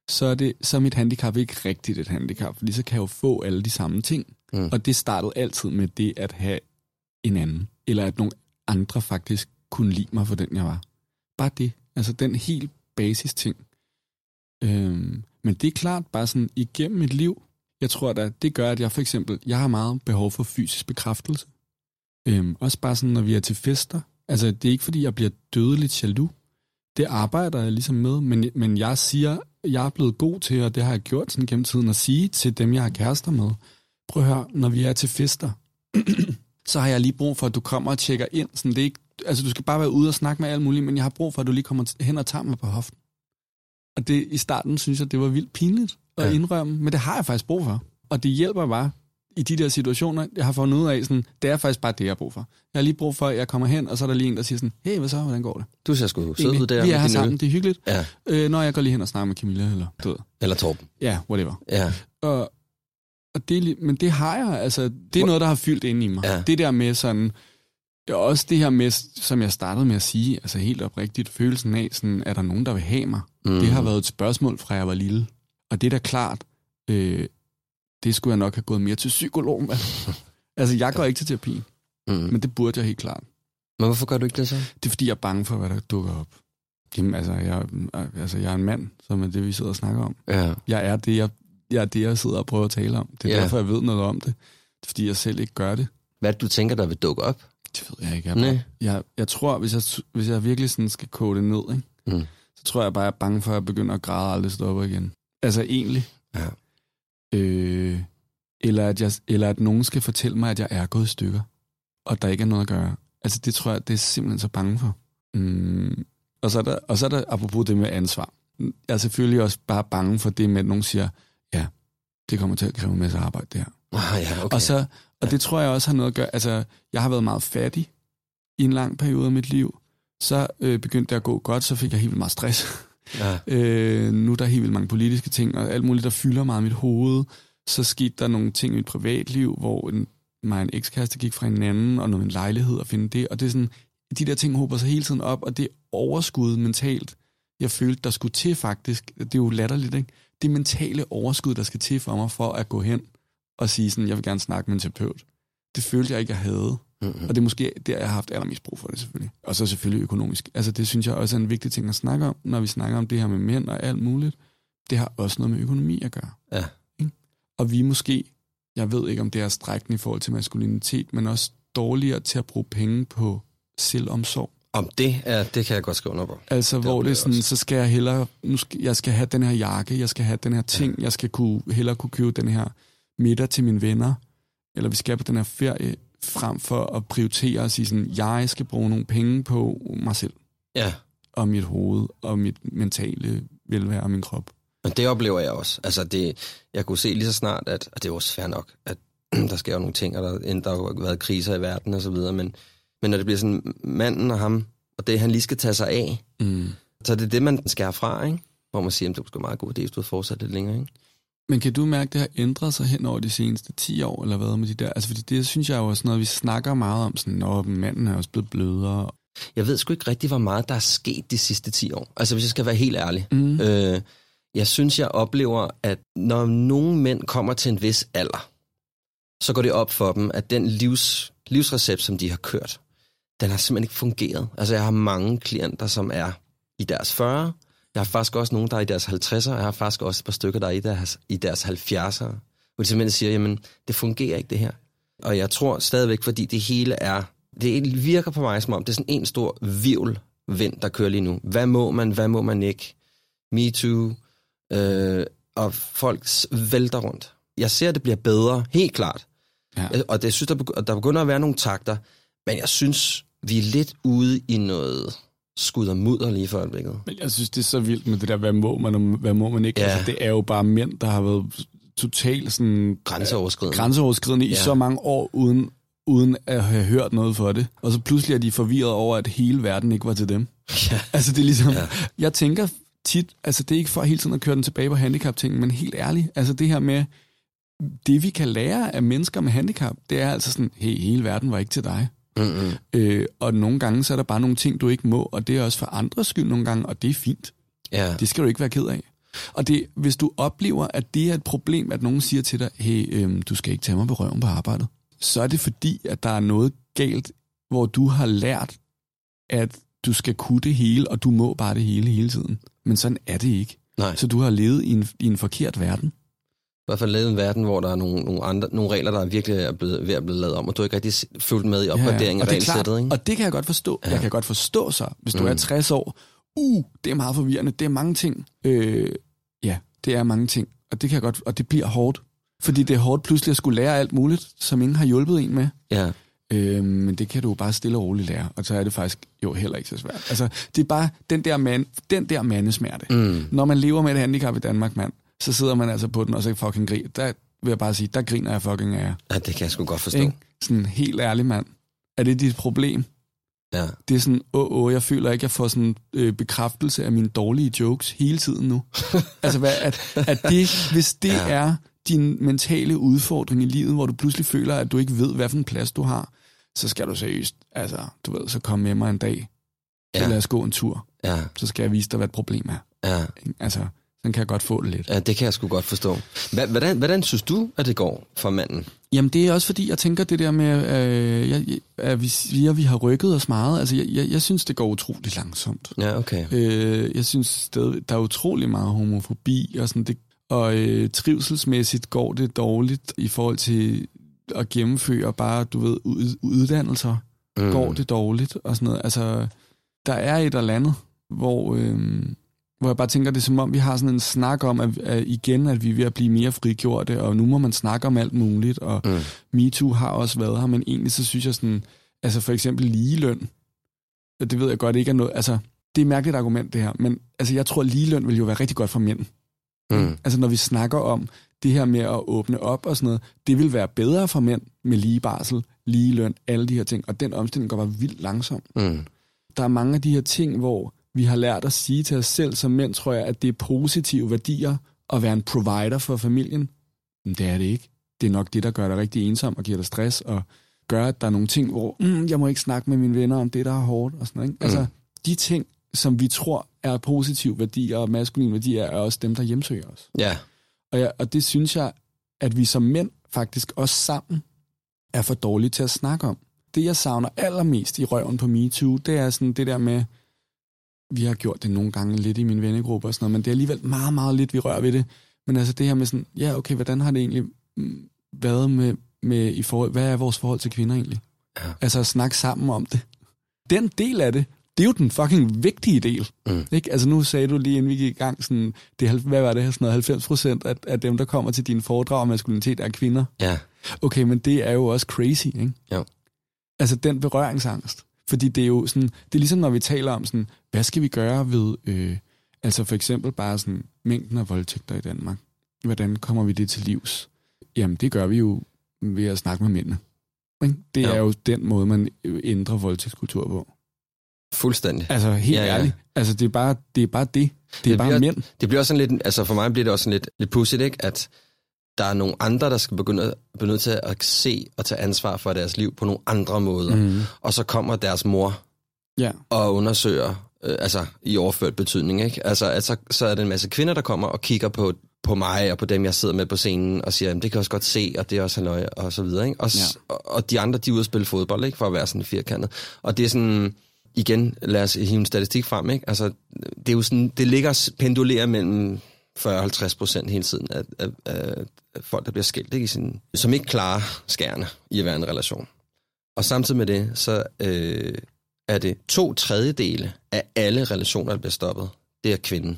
så er mit handicap ikke rigtigt et handicap, fordi så kan jeg jo få alle de samme ting. Og det startede altid med det at have en anden, eller at nogle andre faktisk kunne lide mig for den, jeg var. Bare det. Altså den helt basis ting. Men det er klart bare sådan igennem mit liv, jeg tror da, det gør, at jeg for eksempel, jeg har meget behov for fysisk bekræftelse. Også bare sådan, når vi er til fester. Altså det er ikke fordi, jeg bliver dødeligt jaloux. Det arbejder jeg ligesom med, men jeg siger, jeg er blevet god til, og det har jeg gjort sådan gennem tiden, at sige til dem, jeg har kærester med. Prøv at høre, når vi er til fester, så har jeg lige brug for, at du kommer og tjekker ind. Sådan, det er ikke, altså du skal bare være ude og snakke med alt muligt, men jeg har brug for, at du lige kommer hen og tager mig på hoften. Og det i starten synes jeg, det var vildt pinligt at indrømme, men det har jeg faktisk brug for. Og det hjælper bare i de der situationer, jeg har fundet ud af, sådan, det er faktisk bare det, jeg har brug for. Jeg har lige brug for, at jeg kommer hen, og så er der lige en, der siger sådan, hey, hvad så, hvordan går det? Du ser sgu sød ud der. Vi er her sammen, det er hyggeligt. Ja. Når jeg går lige hen og snakker med Camilla, eller du ved. Eller Torben. Ja, whatever. Ja. Og det, men det har jeg, altså, det er noget, der har fyldt ind i mig. Ja. Det der med sådan, også det her med, som jeg startede med at sige, altså helt oprigtigt, følelsen af, sådan, er der nogen, der vil have mig? Det har været et spørgsmål fra jeg var lille. Og det er da klart, det skulle jeg nok have gået mere til psykolog med. Altså, jeg går ikke til terapi, men det burde jeg helt klart. Men hvorfor gør du ikke det så? Det er, fordi jeg er bange for, hvad der dukker op. Jamen, altså, jeg er en mand, som er det, vi sidder og snakker om. Ja. Jeg er det, jeg sidder og prøver at tale om. Det er derfor, jeg ved noget om det. Det er, fordi jeg selv ikke gør det. Hvad du tænker, der vil dukke op? Det ved jeg ikke. Jeg tror, hvis jeg virkelig sådan skal koge det ned, ikke? Så tror jeg bare, jeg er bange for, at jeg begynder at græde og aldrig stopper igen. Altså egentlig. Ja. Eller at nogen skal fortælle mig, at jeg er gået i stykker, og der ikke er noget at gøre. Altså det tror jeg, det er simpelthen så bange for. Og så er der apropos det med ansvar. Jeg er selvfølgelig også bare bange for det med, at nogen siger, ja, det kommer til at kræve en masse arbejde, det her. Ja, okay. Og det tror jeg også har noget at gøre. Altså, jeg har været meget fattig i en lang periode af mit liv. Så begyndte det at gå godt, så fik jeg helt vildt meget stress. Ja. Nu er der helt vildt mange politiske ting, og alt muligt, der fylder meget mit hoved. Så skete der nogle ting i mit privatliv, hvor mig og en ekskæreste gik fra hinanden, og noget med en lejlighed og finde det. Og det er sådan, de der ting håber sig hele tiden op, og det overskud mentalt, jeg følte, der skulle til faktisk, det er jo latterligt, ikke? Det mentale overskud, der skal til for mig, for at gå hen og sige sådan, jeg vil gerne snakke med en terapeut. Det følte jeg ikke, jeg havde. Og det er måske der, jeg har haft allermest brug for det, selvfølgelig. Og så selvfølgelig økonomisk. Altså det synes jeg også er en vigtig ting at snakke om, når vi snakker om det her med mænd og alt muligt. Det har også noget med økonomi at gøre. Ja. Og vi måske, jeg ved ikke om det er strækken i forhold til maskulinitet, men også dårligere til at bruge penge på selvomsorg. Om det kan jeg godt skrive under på. Altså hvor det er sådan, så skal jeg hellere, jeg skal have den her jakke, jeg skal have den her ting, jeg skal hellere kunne købe den her middag til mine venner, eller vi skal på den her ferie, frem for at prioritere og sige sådan, jeg skal bruge nogle penge på mig selv. Ja. Og mit hoved, og mit mentale velvære og min krop. Men det oplever jeg også. Altså jeg kunne se lige så snart, at det er også fair nok, at der sker jo nogle ting, og der har været kriser i verden og så videre, men når det bliver sådan manden og ham, og det han lige skal tage sig af, så er det det, man skal herfra, ikke? Hvor man siger, at det er meget godt, det er fortsat lidt længere, ikke? Men kan du mærke, at det har ændret sig hen over de seneste 10 år, eller hvad med de der? Altså, fordi det synes jeg jo også noget, vi snakker meget om, sådan, når manden er også blevet blødere. Jeg ved sgu ikke rigtig, hvor meget der er sket de sidste 10 år. Altså, hvis jeg skal være helt ærlig. Jeg synes, jeg oplever, at når nogle mænd kommer til en vis alder, så går det op for dem, at den livsrecept, som de har kørt, den har simpelthen ikke fungeret. Altså, jeg har mange klienter, som er i deres 40. Jeg har faktisk også nogen, der er i deres 50'er, og jeg har faktisk også et par stykker, der er i deres 70'er, hvor de simpelthen siger, jamen, det fungerer ikke, det her. Og jeg tror stadigvæk, fordi det hele det virker på mig som om, det er sådan en stor virvelvind, der kører lige nu. Hvad må man ikke? MeToo, og folk vælter rundt. Jeg ser, at det bliver bedre, helt klart. Ja. Og det synes, der begynder at være nogle takter, men jeg synes, vi er lidt ude i noget skud og mudder lige for øjeblikket. Men jeg synes, det er så vildt med det der, hvad må man og hvad må man ikke. Ja. Altså, det er jo bare mænd, der har været totalt sådan grænseoverskridende i så mange år, uden at have hørt noget for det. Og så pludselig er de forvirret over, at hele verden ikke var til dem. Ja. Altså det er ligesom, jeg tænker tit, altså det er ikke for hele tiden at køre den tilbage på handicap-ting, men helt ærligt, altså det her med, det vi kan lære af mennesker med handicap, det er altså sådan, hey, hele verden var ikke til dig. Og nogle gange, så er der bare nogle ting, du ikke må, og det er også for andres skyld nogle gange, og det er fint. Ja. Det skal du ikke være ked af. Og hvis du oplever, at det er et problem, at nogen siger til dig, hey, du skal ikke tage mig på røven på arbejdet, så er det fordi, at der er noget galt, hvor du har lært, at du skal kunne det hele, og du må bare det hele tiden. Men sådan er det ikke. Nej. Så du har levet i en forkert verden. I hvert fald levet en verden, hvor der er nogle regler, der virkelig er ved at blive lavet om, og du er ikke rigtig fulgt med i opgraderingen af regelsættet. Ikke? Og det kan jeg godt forstå. Ja. Jeg kan godt forstå så, hvis du er 60 år, det er meget forvirrende, det er mange ting. Ja, det er mange ting, og det kan jeg godt, og det bliver hårdt. Fordi det er hårdt pludselig at skulle lære alt muligt, som ingen har hjulpet en med. Ja. Men det kan du bare stille og roligt lære, og så er det faktisk jo heller ikke så svært. Altså, det er bare den der mandesmerte. Når man lever med et handicap i Danmark, mand, så sidder man altså på den, og så fucking griner. Der vil jeg bare sige, der griner jeg fucking af jer. Ja, det kan jeg sgu godt forstå. Ikke? Sådan helt ærlig, mand. Er det dit problem? Ja. Det er sådan, jeg føler ikke, jeg får sådan bekræftelse af mine dårlige jokes hele tiden nu. Altså, at det, hvis det er din mentale udfordring i livet, hvor du pludselig føler, at du ikke ved, hvad for en plads du har, så skal du seriøst, altså, du ved, så kom med mig en dag, så lad os gå en tur. Ja. Så skal jeg vise dig, hvad et problem er. Ja. Altså, sådan kan jeg godt få det lidt. Ja, det kan jeg sgu godt forstå. Hvordan synes du, at det går for manden? Jamen, det er også fordi, jeg tænker det der med, at vi siger, at vi har rykket os meget. Altså, jeg synes, det går utroligt langsomt. Ja, okay. Jeg synes, der er utrolig meget homofobi, og sådan det. Og trivselsmæssigt går det dårligt i forhold til at gennemføre bare, du ved, uddannelser. Går det dårligt og sådan noget. Altså, der er et eller andet, hvor jeg bare tænker, det er som om, vi har sådan en snak om, at vi er ved at blive mere frigjorte, og nu må man snakke om alt muligt, og MeToo har også været her, men egentlig så synes jeg sådan, altså for eksempel ligeløn, det ved jeg godt ikke er noget, altså det er et mærkeligt argument det her, men altså jeg tror, ligeløn vil jo være rigtig godt for mænd. Altså når vi snakker om det her med at åbne op og sådan noget, det vil være bedre for mænd med lige barsel, ligeløn, alle de her ting, og den omstilling går bare vildt langsomt. Der er mange af de her ting, hvor vi har lært at sige til os selv som mænd, tror jeg, at det er positive værdier at være en provider for familien. Men det er det ikke. Det er nok det, der gør dig rigtig ensom og giver dig stress, og gør, at der er nogle ting, hvor jeg må ikke snakke med mine venner om det, der er hårdt. Og sådan, ikke? Altså, de ting, som vi tror er positive værdier og maskuline værdier, er også dem, der hjemsøger os. Ja. Og det synes jeg, at vi som mænd faktisk også sammen er for dårlige til at snakke om. Det, jeg savner allermest i røven på MeToo, det er sådan det der med, vi har gjort det nogle gange lidt i min vennegruppe og sådan noget, men det er alligevel meget, meget lidt, vi rører ved det. Men altså det her med sådan, ja okay, hvordan har det egentlig været med i forhold, hvad er vores forhold til kvinder egentlig? Ja. Altså at snakke sammen om det. Den del af det, det er jo den fucking vigtige del. Ikke? Altså nu sagde du lige, inden vi gik i gang, sådan, hvad var det, sådan noget 90% af dem, der kommer til dine foredrag om maskulinitet, er kvinder. Ja. Okay, men det er jo også crazy, ikke? Jo. Altså den berøringsangst. Fordi det er jo sådan, det er ligesom når vi taler om sådan, hvad skal vi gøre ved, altså for eksempel bare sådan mængden af voldtægter i Danmark. Hvordan kommer vi det til livs? Jamen det gør vi jo ved at snakke med mændene. Det er jo den måde, man ændrer voldtægtskultur på. Fuldstændig. Altså helt ærligt. Altså det er bare det. Det er bare mænd. Det bliver også sådan lidt, altså for mig bliver det også sådan lidt pudsigt, ikke? At der er nogle andre, der skal begynde til at se og tage ansvar for deres liv på nogle andre måder. Og så kommer deres mor og undersøger, altså i overført betydning, ikke? Altså så er det en masse kvinder, der kommer og kigger på mig og på dem, jeg sidder med på scenen, og siger, det kan jeg også godt se, og det er også halløj, og så videre, ikke? Og de andre, de er ude at spille fodbold, ikke? For at være sådan firkantet. Og det er sådan, igen, lad os hive en statistik frem, ikke? Altså, det er jo sådan, det ligger pendulerer mellem 40-50% hele tiden af folk, der bliver skilt, ikke? Som ikke klarer skærene i at være en relation. Og samtidig med det, så er det 2/3 af alle relationer, der bliver stoppet, det er kvinden.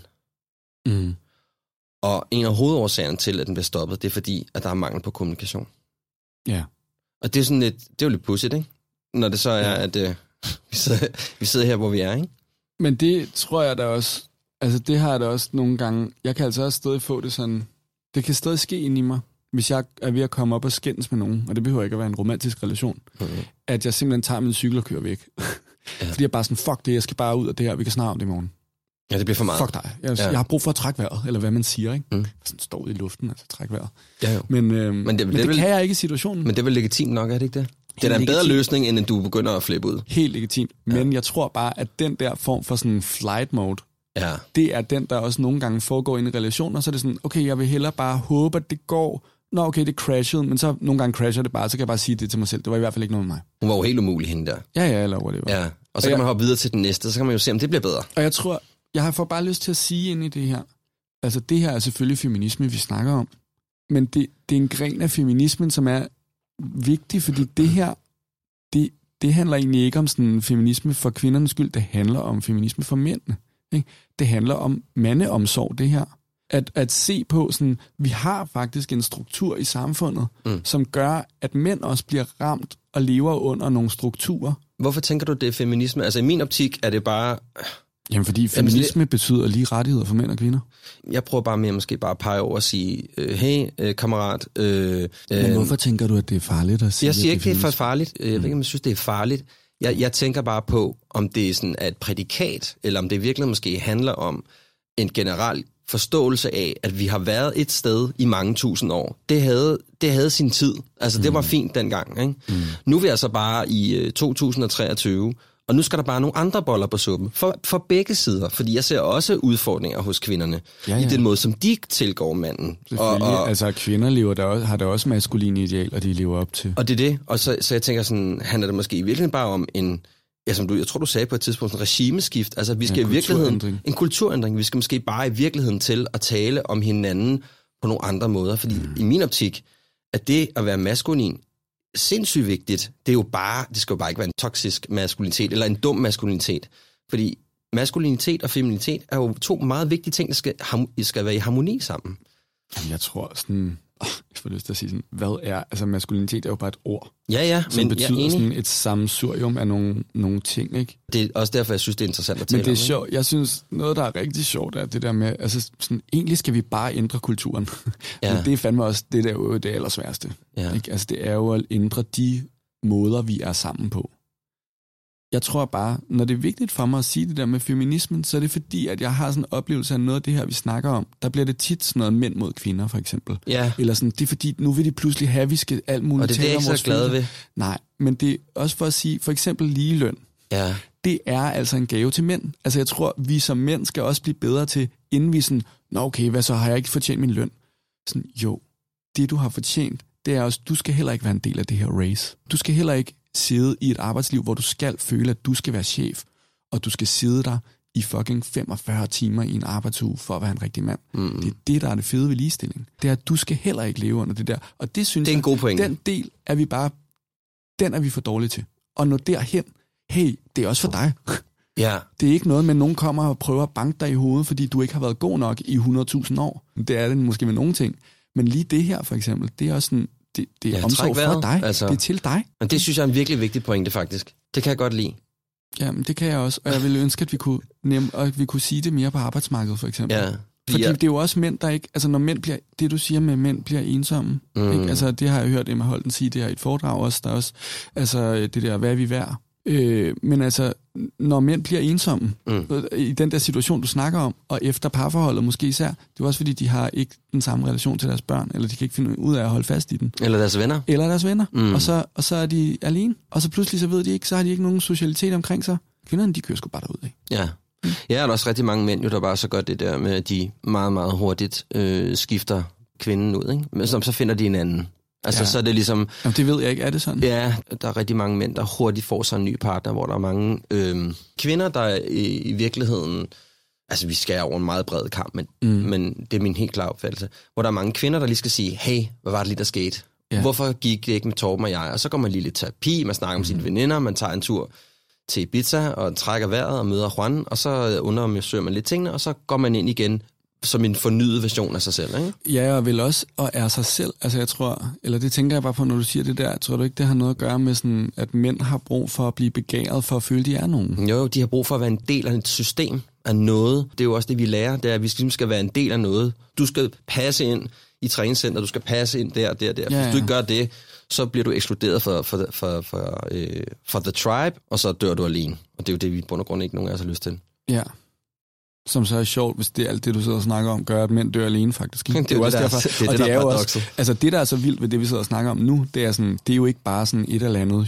Og en af hovedårsagerne til, at den bliver stoppet, det er fordi, at der er mangel på kommunikation. Ja. Og det er sådan lidt, det er jo lidt pudsigt, ikke? Når det så er, at vi sidder her, hvor vi er, ikke? Men det tror jeg da også, altså det har jeg da også nogle gange, jeg kan altså også stadig få det sådan, det kan stadig ske ind i mig, hvis jeg er ved at komme op og skændes med nogen, og det behøver ikke at være en romantisk relation, at jeg simpelthen tager min cykel og kører væk. Fordi jeg er bare sådan, fuck det, jeg skal bare ud af det her, vi kan snakke om det i morgen. Ja, det bliver for meget. Fuck dig. Jeg har brug for at trække vejret, eller hvad man siger, ikke? Sådan står ud i luften, altså trække vejret. Ja, jo. Men det kan jeg ikke i situationen. Men det er vel legitimt nok, er det ikke det? Det er da en bedre løsning, end at du begynder at flippe ud. Helt legitimt. Men jeg tror bare, at den der form for sådan flight mode, Ja. Det er den, der også nogle gange foregår i en relation, og så er det sådan, okay, jeg vil hellere bare håbe, at det går. Nå, okay, det crashede, men så nogle gange crasher det bare, så kan jeg bare sige det til mig selv. Det var i hvert fald ikke noget med mig. Hun var jo helt umulig, hende der. Ja, eller whatever. Ja, og så kan man hoppe videre til den næste, så kan man jo se, om det bliver bedre. Og jeg tror, jeg har bare lyst til at sige ind i det her, altså det her er selvfølgelig feminisme, vi snakker om, men det er en gren af feminismen, som er vigtig, fordi det her, det handler egentlig ikke om sådan feminisme for kvindernes skyld, det handler om feminisme for mændene. Ikke? Det handler om mandeomsorg, det her. At se på, sådan, vi har faktisk en struktur i samfundet, som gør, at mænd også bliver ramt og lever under nogle strukturer. Hvorfor tænker du, det er feminisme? Altså i min optik er det bare... Jamen fordi feminisme betyder lige rettigheder for mænd og kvinder. Jeg prøver bare mere måske bare at pege over og sige, hey kammerat... Men hvorfor tænker du, at det er farligt at sige? Jeg siger ikke, det er farligt. Jeg ved ikke, om jeg synes, det er farligt. Jeg tænker bare på, om det sådan er et prædikat, eller om det virkelig måske handler om en generel forståelse af, at vi har været et sted i mange tusind år. Det havde sin tid. Altså, det var fint dengang. Ikke? Nu er vi altså bare i 2023, og nu skal der bare nogle andre boller på suppen. For begge sider, fordi jeg ser også udfordringer hos kvinderne, i den måde, som de tilgår manden. Altså, kvinder har der også maskuline idealer, de lever op til. Og det er det. Og så jeg tænker sådan, handler det måske i virkeligheden bare om en... Ja, som jeg tror, du sagde på et tidspunkt, en regimeskift. Altså, vi skal i virkeligheden... En kulturændring. Vi skal måske bare i virkeligheden til at tale om hinanden på nogle andre måder. Fordi i min optik, at det at være maskulin, sindssygt vigtigt, det skal jo bare ikke være en toksisk maskulinitet, eller en dum maskulinitet. Fordi maskulinitet og feminitet er jo to meget vigtige ting, der skal være i harmoni sammen. Jeg tror sådan... Jeg får lyst til at sige sådan, hvad er... Altså, maskulinitet er jo bare et ord. Ja, som betyder sådan et sammensurium af nogle ting, ikke? Det er også derfor, jeg synes, det er interessant at tale om. Men det er sjovt. Jeg synes, noget, der er rigtig sjovt, er det der med... Altså, sådan, egentlig skal vi bare ændre kulturen. Ja. Men det er fandme også det, der er jo det allersværeste. Ja. Ikke? Altså, det er jo at ændre de måder, vi er sammen på. Jeg tror bare, når det er vigtigt for mig at sige det der med feminismen, så er det fordi, at jeg har sådan en oplevelse af noget af det her, vi snakker om. Der bliver det tit sådan noget mænd mod kvinder, for eksempel. Ja. Eller sådan, det er fordi, nu vil de pludselig have, vi skal alt muligt. Og det er det, jeg ikke så glad ved. Nej, men det er også for at sige, for eksempel ligeløn. Ja. Det er altså en gave til mænd. Altså jeg tror, vi som mænd skal også blive bedre til, inden vi sådan, nå okay, hvad så, har jeg ikke fortjent min løn? Sådan, jo, det du har fortjent, det er også, du skal heller ikke være en del af det her race. Du skal heller ikke sidde i et arbejdsliv, hvor du skal føle, at du skal være chef, og du skal sidde der i fucking 45 timer i en arbejdsuge for at være en rigtig mand. Det er det, der er det fede ved ligestilling. Det er, at du skal heller ikke leve under det der. Og det synes det er en god pointe. Den del er vi bare, den er vi for dårlige til. Og når derhen, hey, det er også for dig. Ja. Det er ikke noget med, at nogen kommer og prøver at banke dig i hovedet, fordi du ikke har været god nok i 100.000 år. Det er det måske med nogle ting. Men lige det her, for eksempel, det er også sådan, det er omsorg for dig. Altså, det er til dig. Men det synes jeg er en virkelig vigtig pointe, faktisk. Det kan jeg godt lide. Jamen, det kan jeg også. Og jeg ville ønske, at vi kunne sige det mere på arbejdsmarkedet, for eksempel. Ja. Fordi det er jo også mænd, der ikke... Altså, når mænd bliver... Det, du siger med, mænd bliver ensomme. Ikke? Altså, det har jeg hørt Emma Holten sige, det her i et foredrag også. Der er også... Altså, det der, hvad er vi værd? Men altså, når mænd bliver ensomme, i den der situation, du snakker om, og efter parforholdet måske især, det er også fordi, de har ikke den samme relation til deres børn, eller de kan ikke finde ud af at holde fast i den. Eller deres venner. Og så er de alene, og så pludselig så ved de ikke, så har de ikke nogen socialitet omkring sig. Kvinderne, de kører sgu bare derud, ikke? Ja. Ja, der er også rigtig mange mænd, der bare så godt det der med, at de meget, meget hurtigt skifter kvinden ud, ikke? Men så finder de en anden. Altså, så er det ligesom... Jamen, det ved jeg ikke, er det sådan? Ja, der er rigtig mange mænd, der hurtigt får sig en ny partner, hvor der er mange kvinder, der i virkeligheden... Altså, vi skal over en meget bred kamp, men det er min helt klare opfattelse. Hvor der er mange kvinder, der lige skal sige, hey, hvad var det lige, der skete? Ja. Hvorfor gik det ikke med Torben og jeg? Og så går man lige lidt terapi, man snakker om sine veninder, man tager en tur til Ibiza og trækker vejret og møder Juan, og så undersøger man lidt tingene, og så går man ind igen som en fornyet version af sig selv, ikke? Ja, og vel også at er sig selv. Altså jeg tror, eller det tænker jeg bare på, når du siger det der, tror du ikke, det har noget at gøre med sådan, at mænd har brug for at blive begæret, for at føle, de er nogen? Jo, de har brug for at være en del af et system, af noget. Det er jo også det, vi lærer, det er, at vi skal være en del af noget. Du skal passe ind i træningscenter, du skal passe ind der. Ja. Hvis du ikke gør det, så bliver du ekskluderet for the tribe, og så dør du alene. Og det er jo det, vi i bund og grund ikke nogen af os har lyst til. Ja. som så er sjovt, hvis det er alt det, du sidder og snakker om, gør, at mænd dør alene, faktisk. Det er jo også derfor. Det er jo også, altså det, der er så vildt ved det, vi sidder og snakker om nu, det er, sådan, det er jo ikke bare sådan et eller andet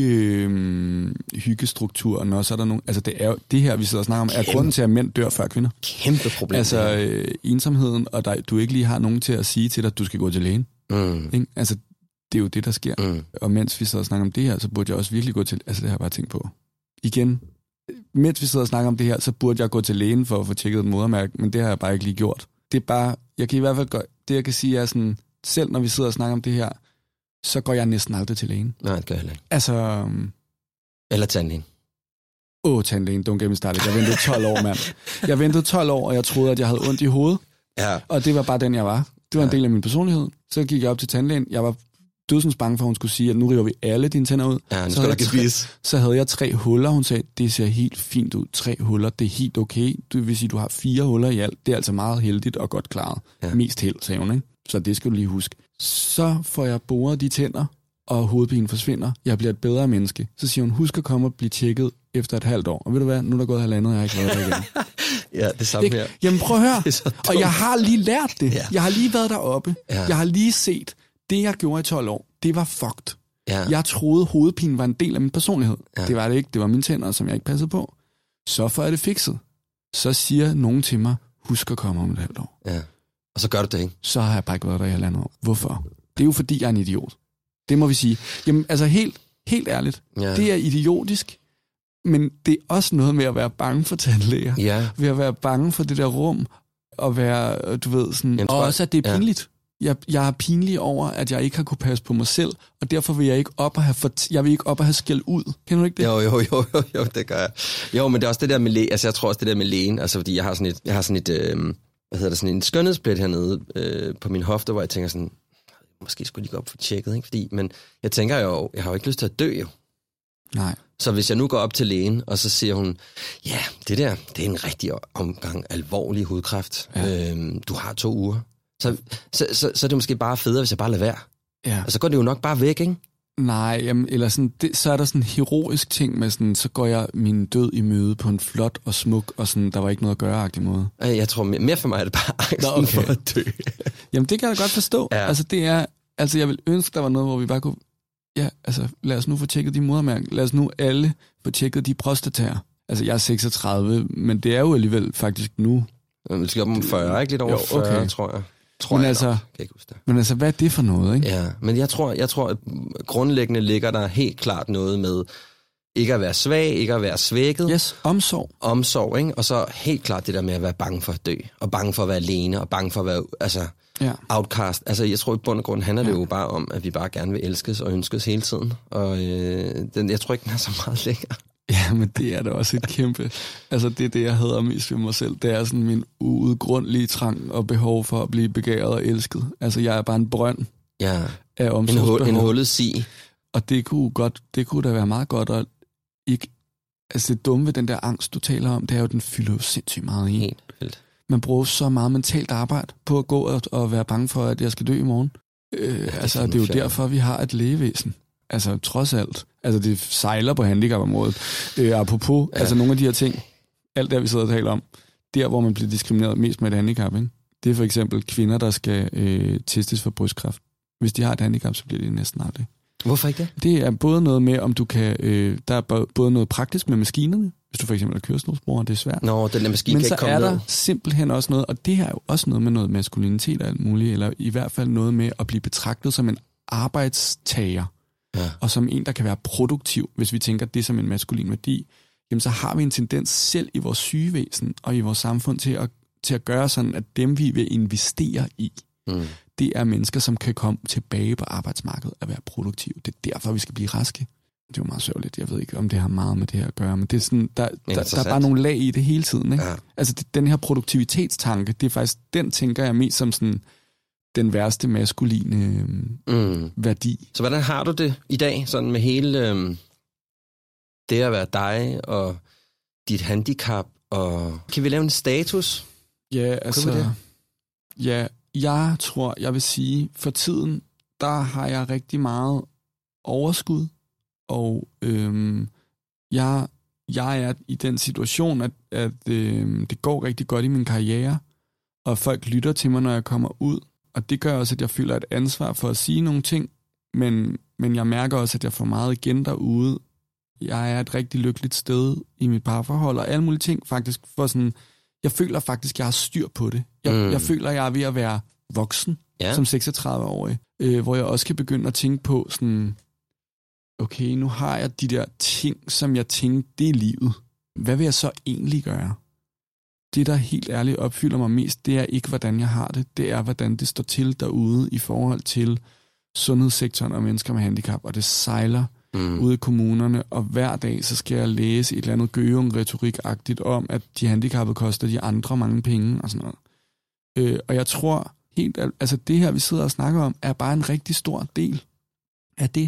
hyggestruktur, og så er der nogle, altså det er jo, det her, vi sidder og snakker om, er grunden til, at mænd dør før kvinder. Kæmpe problem. Altså ensomheden, og du ikke lige har nogen til at sige til dig, at du skal gå til lægen. Ikke? Altså, det er jo det, der sker. Og mens vi sidder og snakker om det her, så burde jeg også virkelig gå til, altså det har jeg bare tænkt på. Igen, mens vi sidder og snakker om det her, så burde jeg gå til lægen for at få tjekket et modermærke, men det har jeg bare ikke lige gjort. Det er bare, jeg kan i hvert fald gøre, det jeg kan sige er sådan, selv når vi sidder og snakker om det her, så går jeg næsten aldrig til lægen. Nej, det gør jeg ikke. Altså... Eller tandlægen. Tandlægen, don't get me started. Jeg ventede 12 år, mand. Jeg ventede 12 år, og jeg troede, at jeg havde ondt i hovedet. Ja. Og det var bare den, jeg var. Det var en del af min personlighed. Så gik jeg op til tandlægen. Jeg var dødsens bange for, at hun skulle sige, at nu river vi alle dine tænder ud. Ja, så havde jeg 3 huller. Hun sagde, det ser helt fint ud. 3 huller, det er helt okay. Det vil sige, du har 4 huller i alt. Det er altså meget heldigt og godt klaret. Ja. Mest held, sagde hun, ikke? Så det skal du lige huske. Så får jeg boret de tænder, og hovedpinen forsvinder. Jeg bliver et bedre menneske. Så siger hun, husk at komme og blive tjekket efter et halvt år. Og ved du hvad, nu er der gået 1,5 år, og jeg har ikke været der igen. Ja, det samme her. Jamen prøv at høre. Og jeg har lige lært det. Ja. Jeg har lige været deroppe. Ja. Jeg har lige set, det jeg gjorde i 12 år, det var fucked. Ja. Jeg troede, hovedpinen var en del af min personlighed. Ja. Det var det ikke. Det var mine tænder, som jeg ikke passede på. Så får jeg det fikset. Så siger nogen til mig, husk at komme om et halvt år. Ja. Og så gør du det, ikke? Så har jeg bare ikke været der i 1,5 år. Hvorfor? Det er jo fordi, jeg er en idiot. Det må vi sige. Jamen, altså helt ærligt. Ja. Det er idiotisk, men det er også noget med at være bange for tandlæger. Ja. Ved at være bange for det der rum, og være, du ved, sådan... Og også, at det er pinligt. Ja. Jeg er pinlig over, at jeg ikke har kunne passe på mig selv, og derfor vil jeg ikke op og have skæld ud. Kender du ikke det? Jo, det gør jeg. Jo, men det er også det der med lægen. Altså, jeg tror også det der med lægen, altså, fordi jeg har sådan en skønhedsplet hernede på min hofte, hvor jeg tænker sådan, måske skulle lige gå op for tjekket, ikke? Fordi, men jeg tænker jo, jeg har jo ikke lyst til at dø, jo. Nej. Så hvis jeg nu går op til lægen, og så siger hun, ja, det er en rigtig omgang alvorlig hudkræft. Ja. Du har 2 uger. Så er det måske bare federe, hvis jeg bare lader være. Ja. Og så går det jo nok bare væk, ikke? Nej, jamen, eller sådan, så er der sådan en heroisk ting med sådan, så går jeg min død i møde på en flot og smuk, og sådan, der var ikke noget at gøre-agtig måde. Jeg tror, mere for mig er det bare angsten for at dø. Jamen, det kan jeg godt forstå. Ja. Altså, jeg vil ønske, der var noget, hvor vi bare kunne, ja, altså, lad os nu få tjekket de modermærker. Lad os nu alle få tjekket de prostataer. Altså, jeg er 36, men det er jo alligevel faktisk nu. Vi skal op om 40, ikke? Lidt over 40, tror jeg. Men altså, hvad er det for noget, ikke? Ja, men jeg tror at grundlæggende ligger der helt klart noget med ikke at være svag, ikke at være svækket. Yes, omsorg. Omsorg, ikke? Og så helt klart det der med at være bange for at dø, og bange for at være alene, og bange for at være outcast. Altså, jeg tror i bund og grund handler det jo bare om, at vi bare gerne vil elskes og ønskes hele tiden. Og jeg tror ikke, den er så meget længere. Ja, men det er da også et kæmpe... Altså, det er det, jeg hader mest ved mig selv. Det er sådan min uudgrundelige trang og behov for at blive begæret og elsket. Altså, jeg er bare en brønd af omsorgsbehov. En hullet sig. Og det kunne da være meget godt at ikke... Altså, det dumme ved den der angst, du taler om, det er jo, den fylder jo sindssygt meget i. Helt vildt. Man bruger så meget mentalt arbejde på at gå og være bange for, at jeg skal dø i morgen. Altså, det er jo derfor, vi har et lægevæsen. Altså, trods alt. Altså, det sejler på handicapområdet. Apropos, altså nogle af de her ting, alt det, vi sidder og taler om, der, hvor man bliver diskrimineret mest med et handicap, ikke? Det er for eksempel kvinder, der skal testes for brystkræft. Hvis de har et handicap, så bliver det næsten aldrig. Hvorfor ikke det? Det er både noget med, om du kan... der er både noget praktisk med maskinerne, hvis du for eksempel er kørestorsbruger, det er svært. Nå, den der maskine kan ikke komme ned. Men så er der simpelthen også noget, og det her er jo også noget med noget maskulinitet og alt muligt, eller i hvert fald noget med at blive betragtet som en arbejdstager. Ja. Og som en, der kan være produktiv, hvis vi tænker det som en maskulin værdi, jamen så har vi en tendens selv i vores sygevæsen og i vores samfund til at gøre sådan, at dem vi vil investere i, det er mennesker, som kan komme tilbage på arbejdsmarkedet og være produktive. Det er derfor, vi skal blive raske. Det er jo meget sørgeligt. Jeg ved ikke, om det har meget med det her at gøre, men det er sådan, der er bare nogle lag i det hele tiden. Ikke? Ja. Altså den her produktivitetstanke, det er faktisk, den tænker jeg mest som sådan den værste maskuline værdi. Så hvordan har du det i dag, sådan med hele det at være dig og dit handicap? Og kan vi lave en status? Ja, altså... Ja, jeg tror, jeg vil sige, for tiden, der har jeg rigtig meget overskud, og jeg jeg er i den situation, at det går rigtig godt i min karriere, og folk lytter til mig, når jeg kommer ud. Og det gør også, at jeg føler et ansvar for at sige nogle ting, men jeg mærker også, at jeg får meget igen derude. Jeg er et rigtig lykkeligt sted i mit parforhold, og alle mulige ting faktisk. For sådan, jeg føler faktisk, at jeg har styr på det. Jeg føler, at jeg er ved at være voksen som 36-årig, hvor jeg også kan begynde at tænke på sådan, okay, nu har jeg de der ting, som jeg tænkte, det er livet. Hvad vil jeg så egentlig gøre? Det, der helt ærligt opfylder mig mest, det er ikke, hvordan jeg har det. Det er, hvordan det står til derude i forhold til sundhedssektoren og mennesker med handicap. Og det sejler ude i kommunerne, og hver dag, så skal jeg læse et eller andet Gøgung-retorik-agtigt om, at de handicappede koster de andre mange penge og sådan noget. Og jeg tror helt, altså det her, vi sidder og snakker om, er bare en rigtig stor del af det.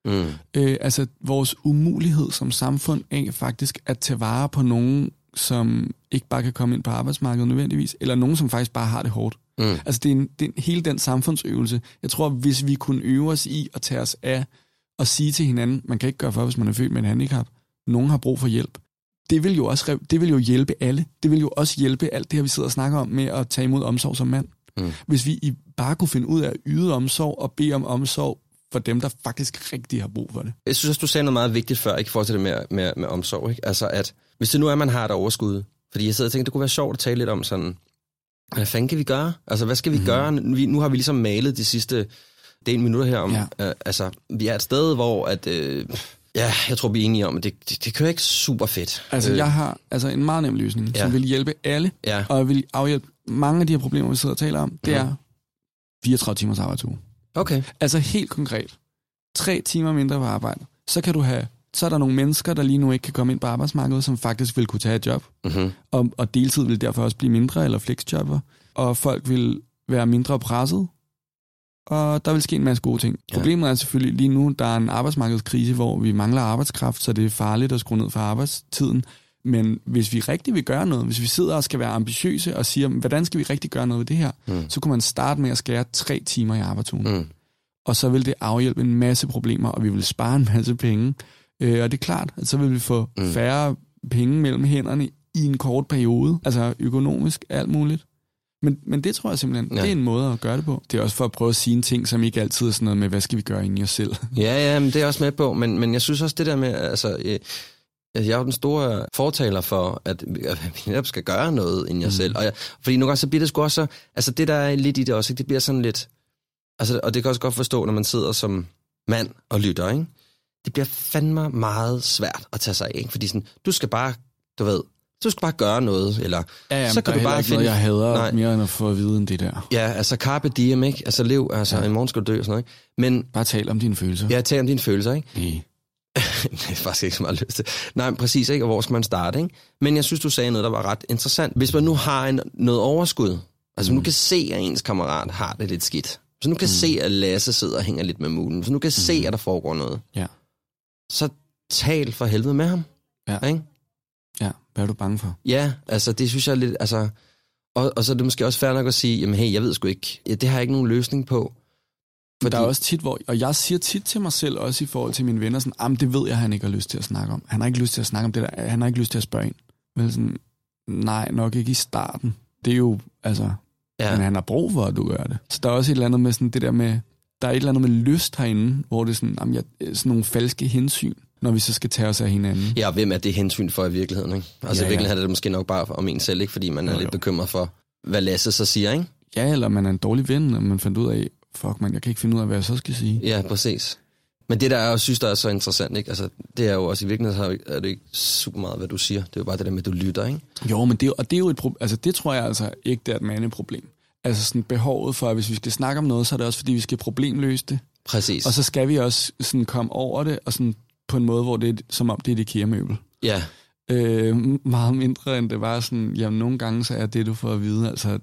Altså vores umulighed som samfund af faktisk at tage vare på nogen, som ikke bare kan komme ind på arbejdsmarkedet nødvendigvis, eller nogen, som faktisk bare har det hårdt. Altså det er hele den samfundsøvelse. Jeg tror, hvis vi kunne øve os i at tage os af og sige til hinanden, man kan ikke gøre for, hvis man er født med en handicap. Nogen har brug for hjælp. Det vil jo hjælpe alle. Det vil jo også hjælpe alt det her, vi sidder og snakker om med at tage imod omsorg som mand. Hvis vi bare kunne finde ud af at yde omsorg og bede om omsorg for dem, der faktisk rigtig har brug for det. Jeg synes også, du sagde noget meget vigtigt før, ikke i forhold til det med omsorg. Ikke? Altså, at hvis det nu er, at man har et overskud, fordi jeg sidder og tænker, det kunne være sjovt at tale lidt om sådan, hvad fanden kan vi gøre? Altså, hvad skal vi gøre? Nu har vi ligesom malet de sidste del minutter her om, altså, vi er et sted, hvor at, jeg tror, vi er enige om, at det kører ikke super fedt. Altså, jeg har en meget nem løsning, som vil hjælpe alle, og vil afhjælpe mange af de her problemer, vi sidder og taler om. Det er 34 timers arbejdsuge. Okay. Altså helt konkret. 3 timer mindre på arbejde. Så er der nogle mennesker, der lige nu ikke kan komme ind på arbejdsmarkedet, som faktisk vil kunne tage et job. Og deltid vil derfor også blive mindre, eller flexjobber. Og folk vil være mindre presset. Og der vil ske en masse gode ting. Problemet er selvfølgelig lige nu, der er en arbejdsmarkedskrise, hvor vi mangler arbejdskraft, så det er farligt at skrue ned for arbejdstiden. Men hvis vi rigtig vil gøre noget, hvis vi sidder og skal være ambitiøse og siger, hvordan skal vi rigtig gøre noget ved det her, så kunne man starte med at skære 3 timer i arbejdsugen. Og så vil det afhjælpe en masse problemer, og vi vil spare en masse penge. Og det er klart, at så vil vi få færre penge mellem hænderne i en kort periode, altså økonomisk, alt muligt. Men det tror jeg simpelthen, det er en måde at gøre det på. Det er også for at prøve at sige en ting, som ikke altid er sådan noget med, hvad skal vi gøre inde i os selv? Ja, men det er jeg også med på, men jeg synes også det der med, altså, jeg er jo den store fortaler for, at vi netop skal gøre noget inde i os selv. Fordi nogle gange så bliver det sgu også, altså det der er lidt i det også, ikke? Det bliver sådan lidt, altså, og det kan også godt forstå, når man sidder som mand og lytter, ikke? Det bliver fandme meget svært at tage sig af, ikke? Fordi sådan, du skal bare gøre noget, eller så kan du bare finde noget, jeg hader mere end at få at vide end det der. Ja, altså carpe diem, ikke? Altså lev, altså en morgen skal du dø og sådan noget, ikke? Men bare tal om dine følelser. Ja, tal om dine følelser, ikke? Det er faktisk ikke så meget lyst til. Nej, præcis, ikke? Og hvor skal man starte, ikke? Men jeg synes, du sagde noget, der var ret interessant. Hvis man nu har noget overskud, altså nu kan se, at ens kammerat har det lidt skidt, så nu kan se, at Lasse sidder og hænger lidt med mulen, så nu kan se, at der foregår noget, så tal for helvede med ham, ikke? Ja, hvad er du bange for? Ja, altså det synes jeg er lidt, altså, og så er det måske også fair nok at sige, jamen hey, jeg ved sgu ikke, det har jeg ikke nogen løsning på. Fordi der er også tit, og jeg siger tit til mig selv, også i forhold til mine venner, sådan, det ved jeg, han ikke har lyst til at snakke om. Han har ikke lyst til at snakke om det der, han har ikke lyst til at spørge ind. Vel sådan, nej, nok ikke i starten. Det er jo, altså, men han har brug for, at du gør det. Så der er også et eller andet med sådan det der med, der er et eller andet med lyst herinde, hvor det er sådan, sådan nogle falske hensyn, når vi så skal tage os af hinanden. Ja, og hvem er det hensyn for i virkeligheden, ikke? Altså i virkeligheden er det måske nok bare om en selv, ikke? Fordi man er lidt bekymret for, hvad Lasse så siger, ikke? Ja, eller man er en dårlig ven, og man fandt ud af, fuck man, jeg kan ikke finde ud af, hvad jeg så skal sige. Ja, præcis. Men det der jeg synes, der er så interessant, ikke? Altså, det er jo også i virkeligheden, er det ikke super meget, hvad du siger. Det er jo bare det der med, at du lytter, ikke? Jo, men det er jo et problem. Altså, det tror jeg altså ikke, det er et mandeproblem. Altså sådan behovet for, at hvis vi skal snakke om noget, så er det også, fordi vi skal problemløse det. Præcis. Og så skal vi også sådan komme over det, og sådan på en måde, hvor det er, som om det er et IKEA-møbel. Ja. Meget mindre end det var sådan, jamen nogle gange så er det, du får at vide, altså,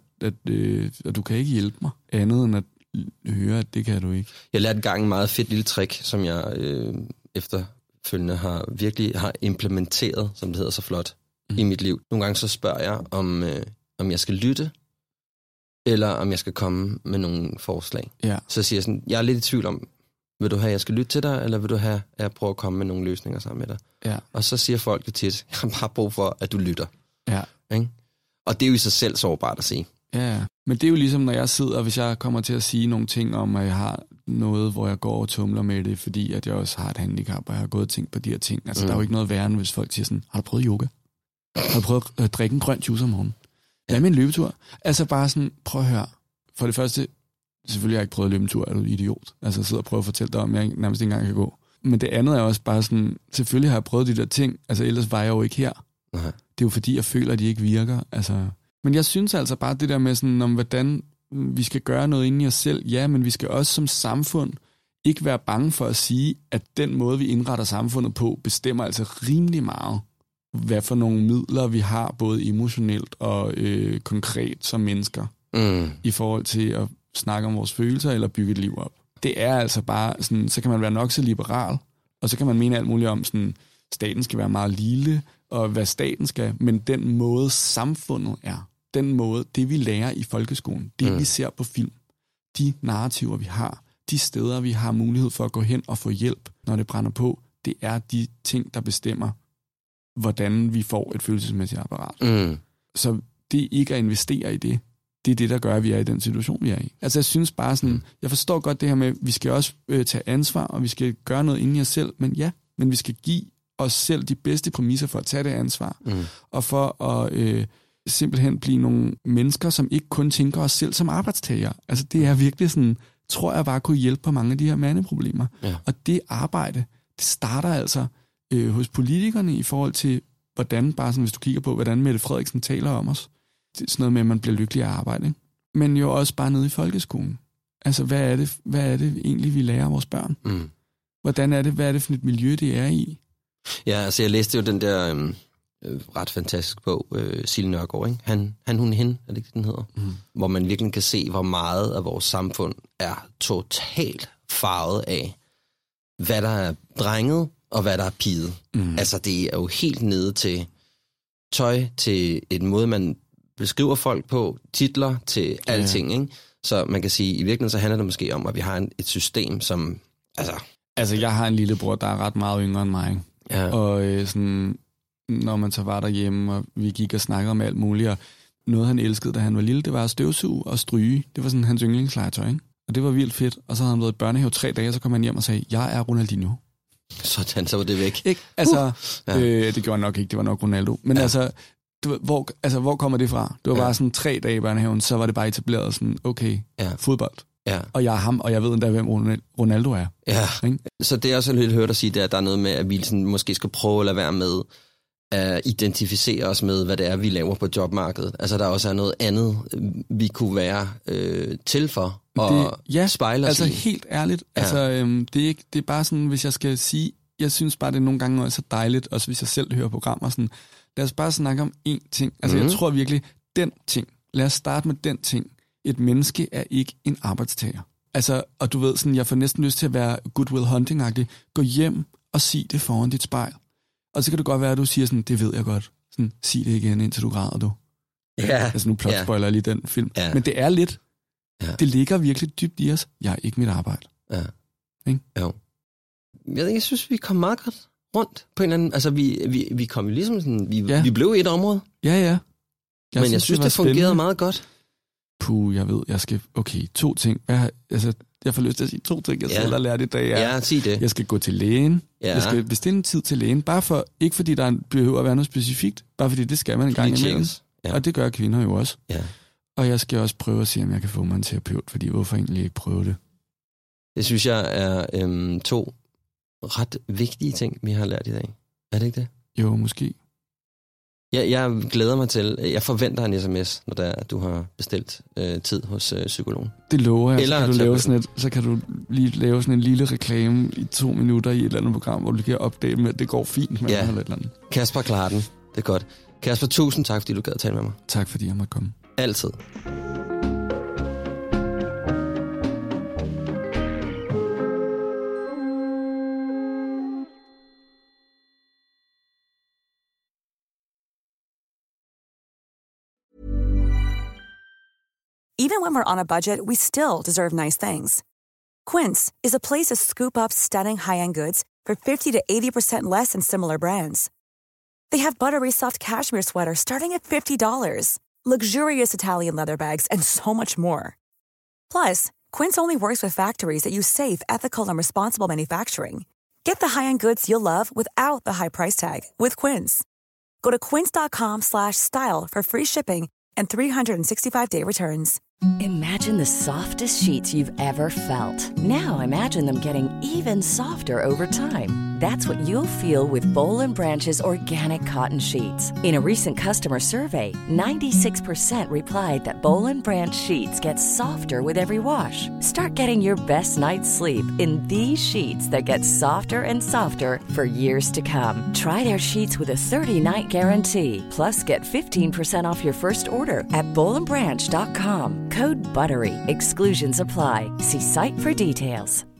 at du kan ikke hjælpe mig andet end at høre, at det kan du ikke. Jeg lærte engang en meget fedt lille trick, som jeg efterfølgende har implementeret, som det hedder så flot, i mit liv. Nogle gange så spørger jeg, om jeg skal lytte, eller om jeg skal komme med nogle forslag. Ja. Så siger jeg sådan, jeg er lidt i tvivl om, Vil du have, at jeg skal lytte til dig, eller vil du have, at jeg prøver at komme med nogle løsninger sammen med dig? Ja. Og så siger folk jo tit, jeg har bare brug for, at du lytter. Ja. Ikke? Og det er jo i sig selv sårbart at sige. Ja, men det er jo ligesom, når jeg sidder, hvis jeg kommer til at sige nogle ting om, at jeg har noget, hvor jeg går og tumler med det, fordi at jeg også har et handicap, og jeg har gået og tænkt på de her ting. Altså, der er jo ikke noget værre, end hvis folk siger sådan, har du prøvet yoga? Har du prøvet at drikke en grøn juice om morgenen? Hvad med en løbetur? Altså bare sådan, prøv at høre. For det første, selvfølgelig har jeg ikke prøvet at løbe en tur, er du idiot? Altså, jeg sidder og prøver at fortælle dig om, jeg nærmest ikke engang kan gå. Men det andet er også bare sådan, selvfølgelig har jeg prøvet de der ting, altså ellers var jeg jo ikke her. Nej. Det er jo fordi, jeg føler, at de ikke virker. Altså. Men jeg synes altså bare det der med sådan, om hvordan vi skal gøre noget inde i os selv. Ja, men vi skal også som samfund ikke være bange for at sige, at den måde, vi indretter samfundet på, bestemmer altså rimelig meget, hvad for nogle midler vi har, både emotionelt og konkret som mennesker, i forhold til at snakke om vores følelser eller bygge et liv op. Det er altså bare sådan, så kan man være nok så liberal, og så kan man mene alt muligt om, sådan, staten skal være meget lille, og hvad staten skal, men den måde samfundet er, den måde, det vi lærer i folkeskolen, det vi ser på film, de narrativer vi har, de steder vi har mulighed for at gå hen og få hjælp, når det brænder på, det er de ting, der bestemmer, hvordan vi får et følelsesmæssigt apparat. Så det ikke at investere i det, det er det, der gør, at vi er i den situation, vi er i. Altså jeg synes bare sådan, jeg forstår godt det her med, vi skal også tage ansvar, og vi skal gøre noget inde i os selv, men vi skal give os selv de bedste præmisser for at tage det ansvar, og for at simpelthen blive nogle mennesker, som ikke kun tænker os selv som arbejdstager. Altså det er virkelig sådan, tror jeg bare kunne hjælpe på mange af de her mandeproblemer. Ja. Og det arbejde, det starter altså hos politikerne i forhold til, hvordan, bare sådan, hvis du kigger på, hvordan Mette Frederiksen taler om os. Det er sådan noget med, at man bliver lykkelig af arbejde, ikke? Men jo også bare nede i folkeskolen. Altså, hvad er det egentlig, vi lærer vores børn? Hvordan er det, hvad er det for et miljø, det er i? Ja, altså jeg læste jo den der ret fantastisk bog, Sille Nørgaard, ikke? Han, hun, hende, er det ikke, den hedder? Hvor man virkelig kan se, hvor meget af vores samfund er totalt farvet af, hvad der er drenget, og hvad der er piget. Altså, det er jo helt nede til tøj, til en måde, man beskriver folk på, titler, til alting, ikke? Så man kan sige, i virkeligheden så handler det måske om, at vi har et system, som... Altså, jeg har en lillebror, der er ret meget yngre end mig. Ja. Og sådan, når man så var derhjemme, og vi gik og snakkede om alt muligt, og noget han elskede, da han var lille, det var at støvsuge og stryge. Det var sådan hans yndlingslegetøj, ikke? Og det var vildt fedt. Og så havde han været i børnehave 3 dage, og så kom han hjem og sagde, jeg er Ronaldinho. Sådan, så var det væk. Ikke? Altså, det gjorde han nok ikke, det var nok Ronaldo. Men hvor kommer det fra? Det var bare sådan 3 dage i børnehaven, så var det bare etableret sådan, okay, fodbold. Ja. Og jeg er ham, og jeg ved endda, hvem Ronaldo er. Ja. Ikke? Så det er også lidt hørt at sige, at der er noget med, at vi sådan måske skal prøve at lade være med at identificere os med, hvad det er, vi laver på jobmarkedet. Altså, der også er noget andet, vi kunne være til for og spejle os altså i. Helt ærligt. Ja. Altså, det er bare sådan, hvis jeg skal sige, jeg synes bare, det er nogle gange også dejligt, også hvis jeg selv hører programmer sådan, lad os bare snakke om én ting. Altså, jeg tror virkelig, den ting, lad os starte med den ting. Et menneske er ikke en arbejdstager. Altså, og du ved sådan, jeg får næsten lyst til at være Good Will Hunting-agtig. Gå hjem og sig det foran dit spejl. Og så kan det godt være, at du siger sådan, det ved jeg godt. Sådan, sig det igen, indtil du græder, du. Ja. Altså, nu plotspoiler jeg lige den film. Ja. Men det er lidt. Ja. Det ligger virkelig dybt i os. Jeg er ikke mit arbejde. Ja. Ikke? Jo. Jeg synes, vi kom meget godt rundt på en eller anden... Altså, vi kom jo ligesom sådan... Vi blev i et område. Ja. Men jeg synes, det fungerede meget godt. Jeg ved, jeg skal... Okay, 2 ting. Jeg får lyst til at sige 2 ting, jeg selv har lært i dag. Sig det. Jeg skal gå til lægen. Ja. Jeg skal bestille en tid til lægen. Ikke fordi der behøver at være noget specifikt. Bare fordi det skal man en gang imellem. Ja. Og det gør kvinder jo også. Ja. Og jeg skal også prøve at se, om jeg kan få mig en terapeut. Fordi hvorfor egentlig ikke prøve det? Det synes jeg er 2 ret vigtige ting, vi har lært i dag. Er det ikke det? Jo, måske. Ja, jeg glæder mig til. Jeg forventer en sms, når du har bestilt tid hos psykologen. Det lover jeg. Så kan du lige lave sådan en lille reklame i 2 minutter i et eller andet program, hvor du kan opdage med, at det går fint med eller et eller andet. Kasper klarer den. Det er godt. Kasper, tusind tak, fordi du gad at tale med mig. Tak, fordi jeg måtte komme. Altid. Even when we're on a budget, we still deserve nice things. Quince is a place to scoop up stunning high-end goods for 50 to 80% less than similar brands. They have buttery soft cashmere sweaters starting at $50, luxurious Italian leather bags, and so much more. Plus, Quince only works with factories that use safe, ethical, and responsible manufacturing. Get the high-end goods you'll love without the high price tag with Quince. Go to quince.com/style for free shipping and 365-day returns. Imagine the softest sheets you've ever felt. Now imagine them getting even softer over time. That's what you'll feel with Boll & Branch's organic cotton sheets. In a recent customer survey, 96% replied that Boll & Branch sheets get softer with every wash. Start getting your best night's sleep in these sheets that get softer and softer for years to come. Try their sheets with a 30-night guarantee. Plus, get 15% off your first order at bollandbranch.com. Code BUTTERY. Exclusions apply. See site for details.